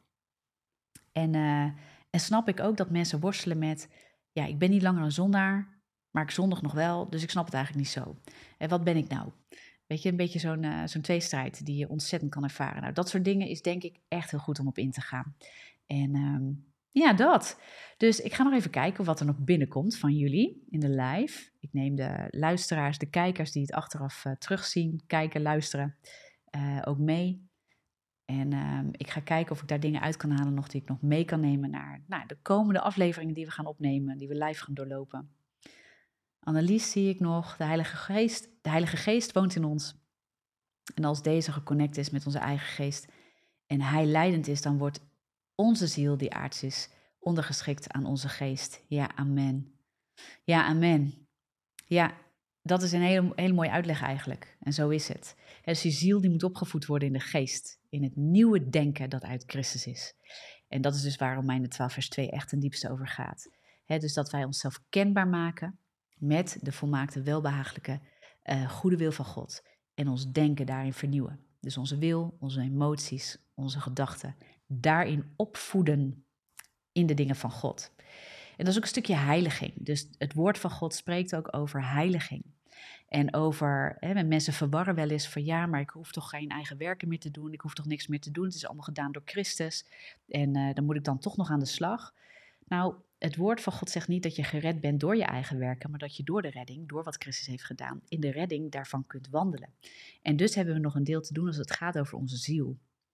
En, uh, en snap ik ook dat mensen worstelen met, ja, ik ben niet langer een zondaar, maar ik zondig nog wel, dus ik snap het eigenlijk niet zo. En wat ben ik nou? Weet je, een beetje zo'n uh, zo'n tweestrijd die je ontzettend kan ervaren. Nou, dat soort dingen is denk ik echt heel goed om op in te gaan. En um, ja, dat. Dus ik ga nog even kijken wat er nog binnenkomt van jullie in de live. Ik neem de luisteraars, de kijkers die het achteraf uh, terugzien, kijken, luisteren, uh, ook mee. En uh, ik ga kijken of ik daar dingen uit kan halen nog die ik nog mee kan nemen naar nou, de komende afleveringen die we gaan opnemen, die we live gaan doorlopen. Annelies zie ik nog, de Heilige Geest. De Heilige Geest woont in ons. En als deze geconnect is met onze eigen geest en hij leidend is, dan wordt onze ziel, die aards is, ondergeschikt aan onze geest. Ja, amen. Ja, amen. Ja, dat is een hele, hele mooie uitleg eigenlijk. En zo is het. Dus die ziel die moet opgevoed worden in de geest. In het nieuwe denken dat uit Christus is. En dat is dus waar Romeinen twaalf vers twee echt ten diepste over gaat. He, dus dat wij onszelf kenbaar maken met de volmaakte, welbehagelijke, uh, goede wil van God. En ons denken daarin vernieuwen. Dus onze wil, onze emoties, onze gedachten. Daarin opvoeden in de dingen van God. En dat is ook een stukje heiliging. Dus het woord van God spreekt ook over heiliging. En over, hè, mensen verwarren wel eens van ja, maar ik hoef toch geen eigen werken meer te doen. Ik hoef toch niks meer te doen. Het is allemaal gedaan door Christus. En uh, dan moet ik dan toch nog aan de slag. Nou, het woord van God zegt niet dat je gered bent door je eigen werken, maar dat je door de redding, door wat Christus heeft gedaan, in de redding daarvan kunt wandelen. En dus hebben we nog een deel te doen als het gaat over onze ziel.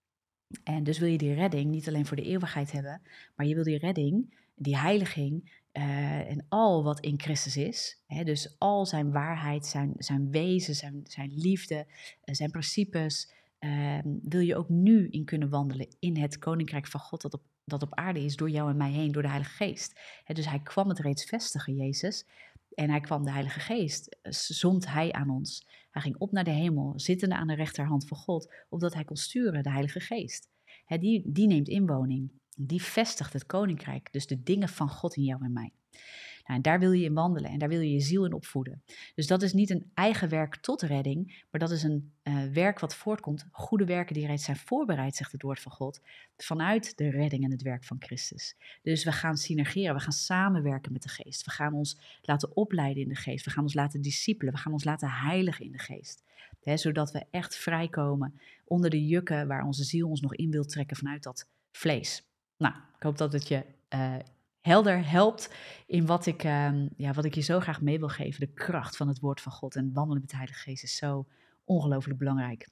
En dus wil je die redding niet alleen voor de eeuwigheid hebben, maar je wil die redding, die heiliging uh, en al wat in Christus is. Hè, dus al zijn waarheid, zijn, zijn wezen, zijn, zijn liefde, uh, zijn principes, Um, wil je ook nu in kunnen wandelen in het koninkrijk van God dat op, dat op aarde is door jou en mij heen, door de Heilige Geest. He, dus hij kwam het reeds vestigen, Jezus. En hij kwam de Heilige Geest, zond hij aan ons. Hij ging op naar de hemel, zittende aan de rechterhand van God, opdat hij kon sturen, de Heilige Geest. He, die, die neemt inwoning, die vestigt het koninkrijk, dus de dingen van God in jou en mij. Nou, en daar wil je in wandelen en daar wil je je ziel in opvoeden. Dus dat is niet een eigen werk tot redding, maar dat is een uh, werk wat voortkomt, goede werken die reeds zijn voorbereid, zegt het woord van God, vanuit de redding en het werk van Christus. Dus we gaan synergeren, we gaan samenwerken met de geest. We gaan ons laten opleiden in de geest, we gaan ons laten discipelen, we gaan ons laten heiligen in de geest. He, zodat we echt vrijkomen onder de jukken waar onze ziel ons nog in wil trekken vanuit dat vlees. Nou, ik hoop dat het je uh, helder helpt in wat ik, um, ja, wat ik je zo graag mee wil geven. De kracht van het woord van God en wandelen met de Heilige Geest is zo ongelooflijk belangrijk.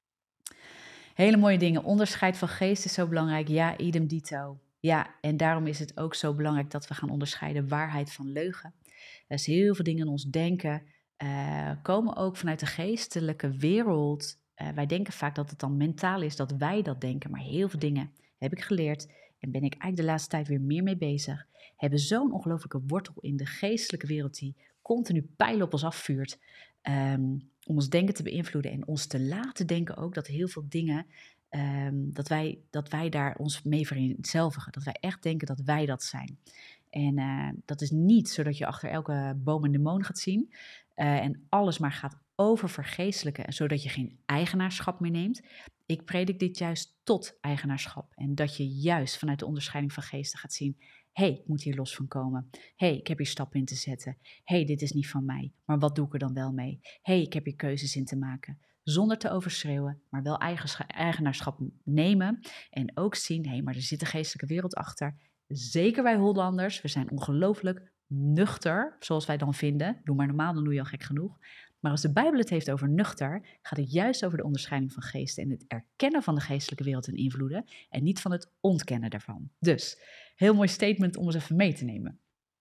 Hele mooie dingen. Onderscheid van geest is zo belangrijk. Ja, idem dito. Ja, en daarom is het ook zo belangrijk dat we gaan onderscheiden waarheid van leugen. Er is heel veel dingen in ons denken, uh, komen ook vanuit de geestelijke wereld. Uh, wij denken vaak dat het dan mentaal is dat wij dat denken, maar heel veel dingen heb ik geleerd en ben ik eigenlijk de laatste tijd weer meer mee bezig, hebben zo'n ongelooflijke wortel in de geestelijke wereld die continu pijlen op ons afvuurt, um, om ons denken te beïnvloeden en ons te laten denken ook dat heel veel dingen, um, dat, wij, dat wij daar ons mee vereenzelvigen, dat wij echt denken dat wij dat zijn. En uh, dat is niet zodat je achter elke boom een demon gaat zien uh, en alles maar gaat oververgeestelijken, zodat je geen eigenaarschap meer neemt. Ik predik dit juist tot eigenaarschap en dat je juist vanuit de onderscheiding van geesten gaat zien, hé, hey, ik moet hier los van komen. Hé, hey, ik heb hier stappen in te zetten. Hé, hey, dit is niet van mij, maar wat doe ik er dan wel mee? Hé, hey, ik heb hier keuzes in te maken. Zonder te overschreeuwen, maar wel eigenaarschap nemen en ook zien, hé, hey, maar er zit een geestelijke wereld achter. Zeker wij Hollanders, we zijn ongelooflijk nuchter, zoals wij dan vinden. Doe maar normaal, dan doe je al gek genoeg. Maar als de Bijbel het heeft over nuchter, gaat het juist over de onderscheiding van geesten en het erkennen van de geestelijke wereld en invloeden en niet van het ontkennen daarvan. Dus, heel mooi statement om eens even mee te nemen.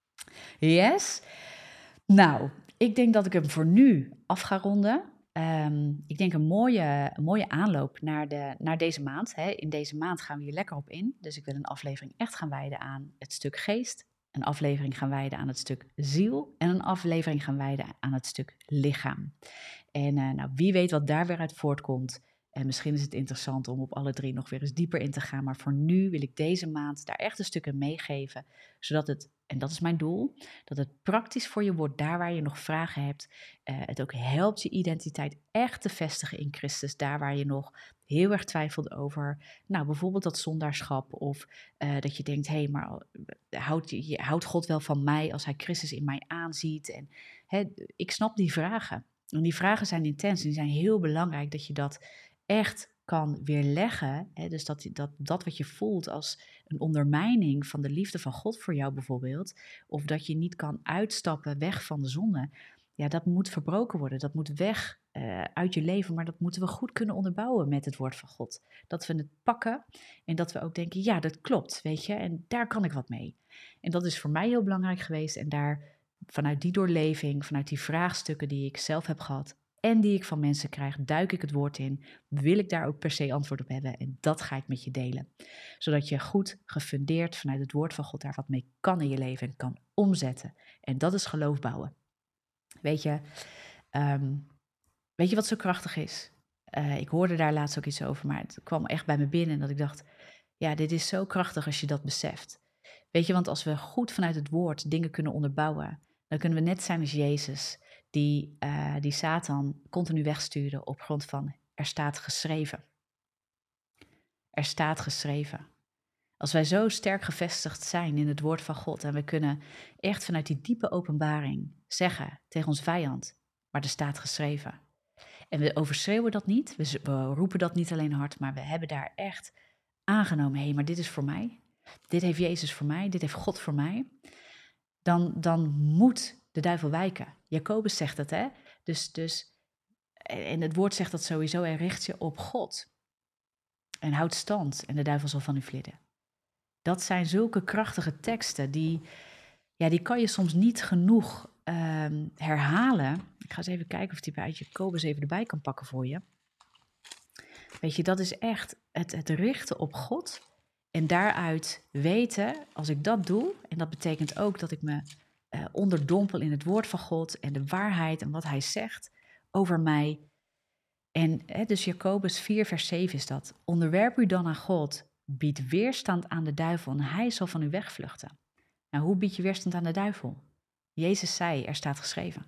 Yes? Nou, ik denk dat ik hem voor nu af ga ronden. Um, ik denk een mooie, een mooie aanloop naar, de, naar deze maand. Hè. In deze maand gaan we hier lekker op in. Dus ik wil een aflevering echt gaan wijden aan het stuk geest. Een aflevering gaan wijden aan het stuk ziel. En een aflevering gaan wijden aan het stuk lichaam. En uh, nou, wie weet wat daar weer uit voortkomt. En misschien is het interessant om op alle drie nog weer eens dieper in te gaan. Maar voor nu wil ik deze maand daar echt een stuk in meegeven. Zodat het, en dat is mijn doel, dat het praktisch voor je wordt daar waar je nog vragen hebt. Uh, het ook helpt je identiteit echt te vestigen in Christus. Daar waar je nog heel erg twijfelt over, nou bijvoorbeeld dat zondaarschap. Of uh, dat je denkt, hé, hey, maar houdt, je, houdt God wel van mij als hij Christus in mij aanziet? En hè, ik snap die vragen. En die vragen zijn intens en die zijn heel belangrijk dat je dat echt kan weerleggen. Hè? Dus dat, dat dat wat je voelt als een ondermijning van de liefde van God voor jou bijvoorbeeld, of dat je niet kan uitstappen weg van de zonde, ja, dat moet verbroken worden. Dat moet weg uh, uit je leven, maar dat moeten we goed kunnen onderbouwen met het woord van God. Dat we het pakken en dat we ook denken, ja, dat klopt, weet je, en daar kan ik wat mee. En dat is voor mij heel belangrijk geweest en daar, vanuit die doorleving, vanuit die vraagstukken die ik zelf heb gehad en die ik van mensen krijg, duik ik het woord in, wil ik daar ook per se antwoord op hebben en dat ga ik met je delen. Zodat je goed gefundeerd vanuit het woord van God daar wat mee kan in je leven en kan omzetten. En dat is geloof bouwen. Weet je, um, weet je wat zo krachtig is? Uh, ik hoorde daar laatst ook iets over, maar het kwam echt bij me binnen dat ik dacht, ja, dit is zo krachtig als je dat beseft. Weet je, want als we goed vanuit het woord dingen kunnen onderbouwen, dan kunnen we net zijn als Jezus, die, uh, die Satan continu wegstuurde op grond van, er staat geschreven. Er staat geschreven. Als wij zo sterk gevestigd zijn in het woord van God en we kunnen echt vanuit die diepe openbaring zeggen tegen ons vijand, maar er staat geschreven. En we overschreeuwen dat niet, we, we roepen dat niet alleen hard, maar we hebben daar echt aangenomen, hé, hey, maar dit is voor mij. Dit heeft Jezus voor mij, dit heeft God voor mij. Dan, dan moet de duivel wijken. Jacobus zegt het, hè. Dus, dus, en het woord zegt dat sowieso, en richt je op God. En houd stand en de duivel zal van u vlieden. Dat zijn zulke krachtige teksten, die, ja, die kan je soms niet genoeg um, herhalen. Ik ga eens even kijken of die bij Jacobus even erbij kan pakken voor je. Weet je, dat is echt het, het richten op God. En daaruit weten, als ik dat doe, en dat betekent ook dat ik me uh, onderdompel in het woord van God en de waarheid en wat hij zegt over mij. En hè, dus Jacobus vier vers zeven is dat. Onderwerp u dan aan God, bied weerstand aan de duivel en hij zal van u wegvluchten. Nou, hoe bied je weerstand aan de duivel? Jezus zei, er staat geschreven.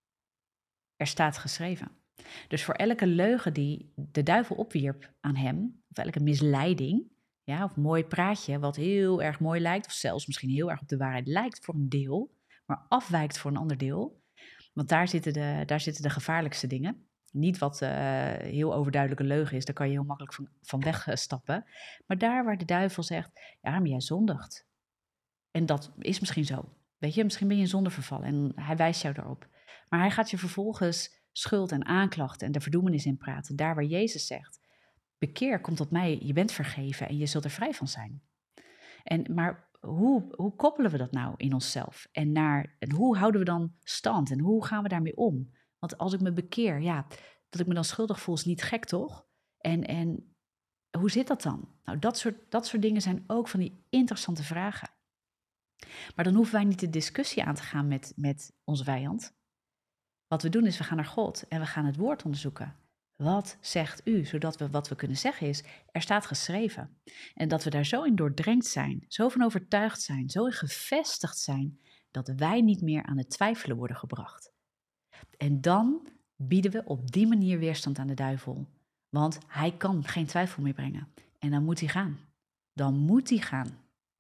Er staat geschreven. Dus voor elke leugen die de duivel opwierp aan hem, of elke misleiding, ja, of mooi praatje wat heel erg mooi lijkt, of zelfs misschien heel erg op de waarheid lijkt voor een deel, maar afwijkt voor een ander deel, want daar zitten de, daar zitten de gevaarlijkste dingen. Niet wat uh, heel overduidelijke leugen is, daar kan je heel makkelijk van, van wegstappen. Maar daar waar de duivel zegt, ja, maar jij zondigt. En dat is misschien zo. Weet je, misschien ben je in zonde vervallen en hij wijst jou daarop. Maar hij gaat je vervolgens schuld en aanklacht en de verdoemenis in praten. Daar waar Jezus zegt, bekeer, kom tot mij, je bent vergeven en je zult er vrij van zijn. En, maar hoe, hoe koppelen we dat nou in onszelf? En, naar, en hoe houden we dan stand? En hoe gaan we daarmee om? Want als ik me bekeer, ja, dat ik me dan schuldig voel is niet gek, toch? En, en hoe zit dat dan? Nou, dat soort, dat soort dingen zijn ook van die interessante vragen. Maar dan hoeven wij niet de discussie aan te gaan met, met onze vijand. Wat we doen is, we gaan naar God en we gaan het woord onderzoeken. Wat zegt u? Zodat we wat we kunnen zeggen is, er staat geschreven. En dat we daar zo in doordrenkt zijn, zo van overtuigd zijn, zo in gevestigd zijn, dat wij niet meer aan het twijfelen worden gebracht. En dan bieden we op die manier weerstand aan de duivel. Want hij kan geen twijfel meer brengen. En dan moet hij gaan. Dan moet hij gaan.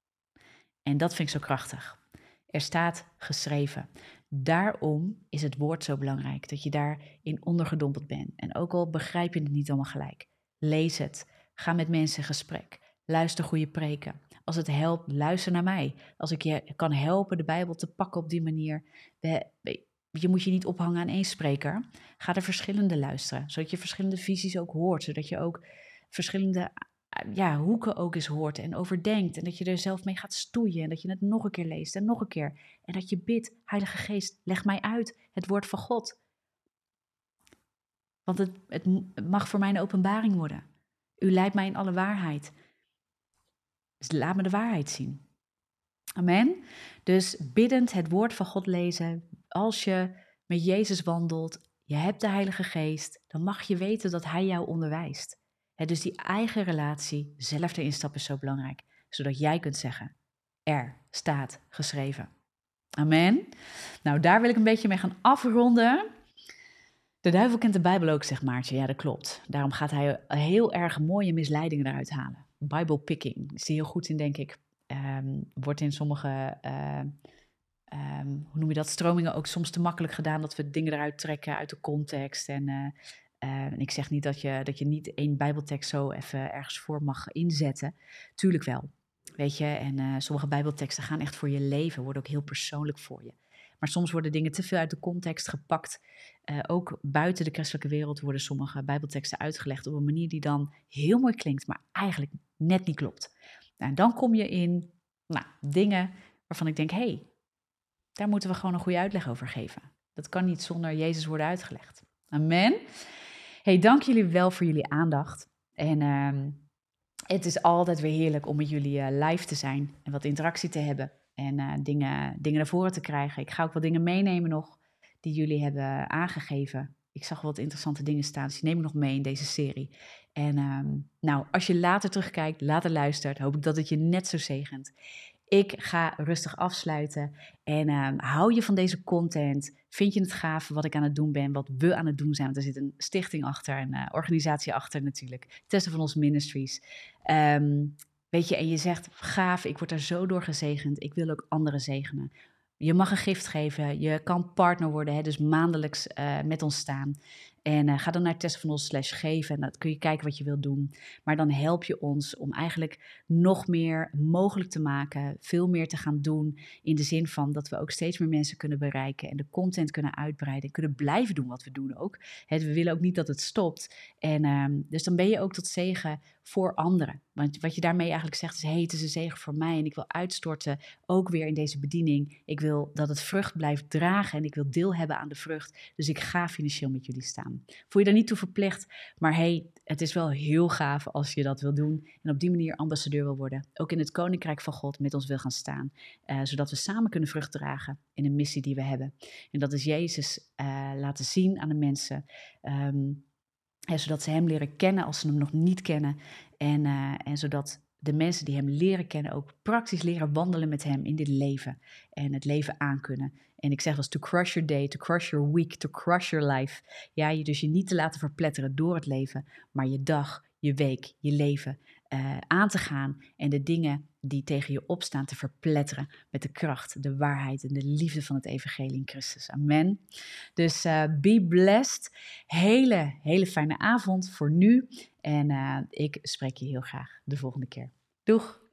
En dat vind ik zo krachtig. Er staat geschreven. Daarom is het woord zo belangrijk, dat je daarin ondergedompeld bent. En ook al begrijp je het niet allemaal gelijk, lees het. Ga met mensen in gesprek. Luister goede preken. Als het helpt, luister naar mij. Als ik je kan helpen de Bijbel te pakken op die manier. Je moet je niet ophangen aan één spreker. Ga er verschillende luisteren, zodat je verschillende visies ook hoort. Zodat je ook verschillende ja, hoeken ook eens hoort en overdenkt. En dat je er zelf mee gaat stoeien. En dat je het nog een keer leest en nog een keer. En dat je bidt, Heilige Geest, leg mij uit het woord van God. Want het, het mag voor mij een openbaring worden. U leidt mij in alle waarheid. Dus laat me de waarheid zien. Amen. Dus biddend het woord van God lezen. Als je met Jezus wandelt, je hebt de Heilige Geest, dan mag je weten dat Hij jou onderwijst. He, dus die eigen relatie, zelf erin stappen is zo belangrijk. Zodat jij kunt zeggen, er staat geschreven. Amen. Nou, daar wil ik een beetje mee gaan afronden. De duivel kent de Bijbel ook, zegt Maartje. Ja, dat klopt. Daarom gaat hij heel erg mooie misleidingen eruit halen. Bible picking is hij heel goed in, denk ik. Um, wordt in sommige, uh, um, hoe noem je dat, stromingen ook soms te makkelijk gedaan. Dat we dingen eruit trekken uit de context. En, uh, uh, en ik zeg niet dat je, dat je niet één Bijbeltekst zo even ergens voor mag inzetten. Tuurlijk wel. Weet je, en uh, sommige Bijbelteksten gaan echt voor je leven, worden ook heel persoonlijk voor je. Maar soms worden dingen te veel uit de context gepakt. Uh, ook buiten de christelijke wereld worden sommige Bijbelteksten uitgelegd op een manier die dan heel mooi klinkt, maar eigenlijk net niet klopt. Nou, en dan kom je in nou, dingen waarvan ik denk, hé, hey, daar moeten we gewoon een goede uitleg over geven. Dat kan niet zonder Jezus worden uitgelegd. Amen. Hey, dank jullie wel voor jullie aandacht. En uh, het is altijd weer heerlijk om met jullie uh, live te zijn en wat interactie te hebben. En uh, dingen, dingen naar voren te krijgen. Ik ga ook wat dingen meenemen nog die jullie hebben aangegeven. Ik zag wat interessante dingen staan, dus die neem ik nog mee in deze serie. En um, nou, als je later terugkijkt, later luistert, hoop ik dat het je net zo zegent. Ik ga rustig afsluiten en um, hou je van deze content? Vind je het gaaf wat ik aan het doen ben, wat we aan het doen zijn? Want er zit een stichting achter, een uh, organisatie achter natuurlijk. Tessa van Ons Ministries. Um, Weet je, en je zegt, gaaf, ik word daar zo door gezegend. Ik wil ook anderen zegenen. Je mag een gift geven, je kan partner worden, hè, dus maandelijks uh, met ons staan. En uh, ga dan naar Tessa van Ons slash geven en dan kun je kijken wat je wilt doen. Maar dan help je ons om eigenlijk nog meer mogelijk te maken, veel meer te gaan doen. In de zin van dat we ook steeds meer mensen kunnen bereiken en de content kunnen uitbreiden. En kunnen blijven doen wat we doen ook. Hè, we willen ook niet dat het stopt. En uh, dus dan ben je ook tot zegen voor anderen. Want wat je daarmee eigenlijk zegt is, hey, het is een zegen voor mij en ik wil uitstorten, ook weer in deze bediening. Ik wil dat het vrucht blijft dragen en ik wil deel hebben aan de vrucht. Dus ik ga financieel met jullie staan. voel je daar niet toe verplicht. Maar hey, het is wel heel gaaf als je dat wil doen. En op die manier ambassadeur wil worden. Ook in het Koninkrijk van God met ons wil gaan staan. Uh, zodat we samen kunnen vrucht dragen in de missie die we hebben. En dat is Jezus uh, laten zien aan de mensen. Um, ja, zodat ze hem leren kennen als ze hem nog niet kennen. En, uh, en zodat de mensen die hem leren kennen ook praktisch leren wandelen met hem in dit leven. En het leven aankunnen. En ik zeg wel eens, to crush your day, to crush your week, to crush your life. Ja, je dus je niet te laten verpletteren door het leven, maar je dag, je week, je leven uh, aan te gaan. En de dingen die tegen je opstaan te verpletteren met de kracht, de waarheid en de liefde van het evangelie in Christus. Amen. Dus uh, be blessed. Hele, hele fijne avond voor nu. En uh, ik spreek je heel graag de volgende keer. Doeg!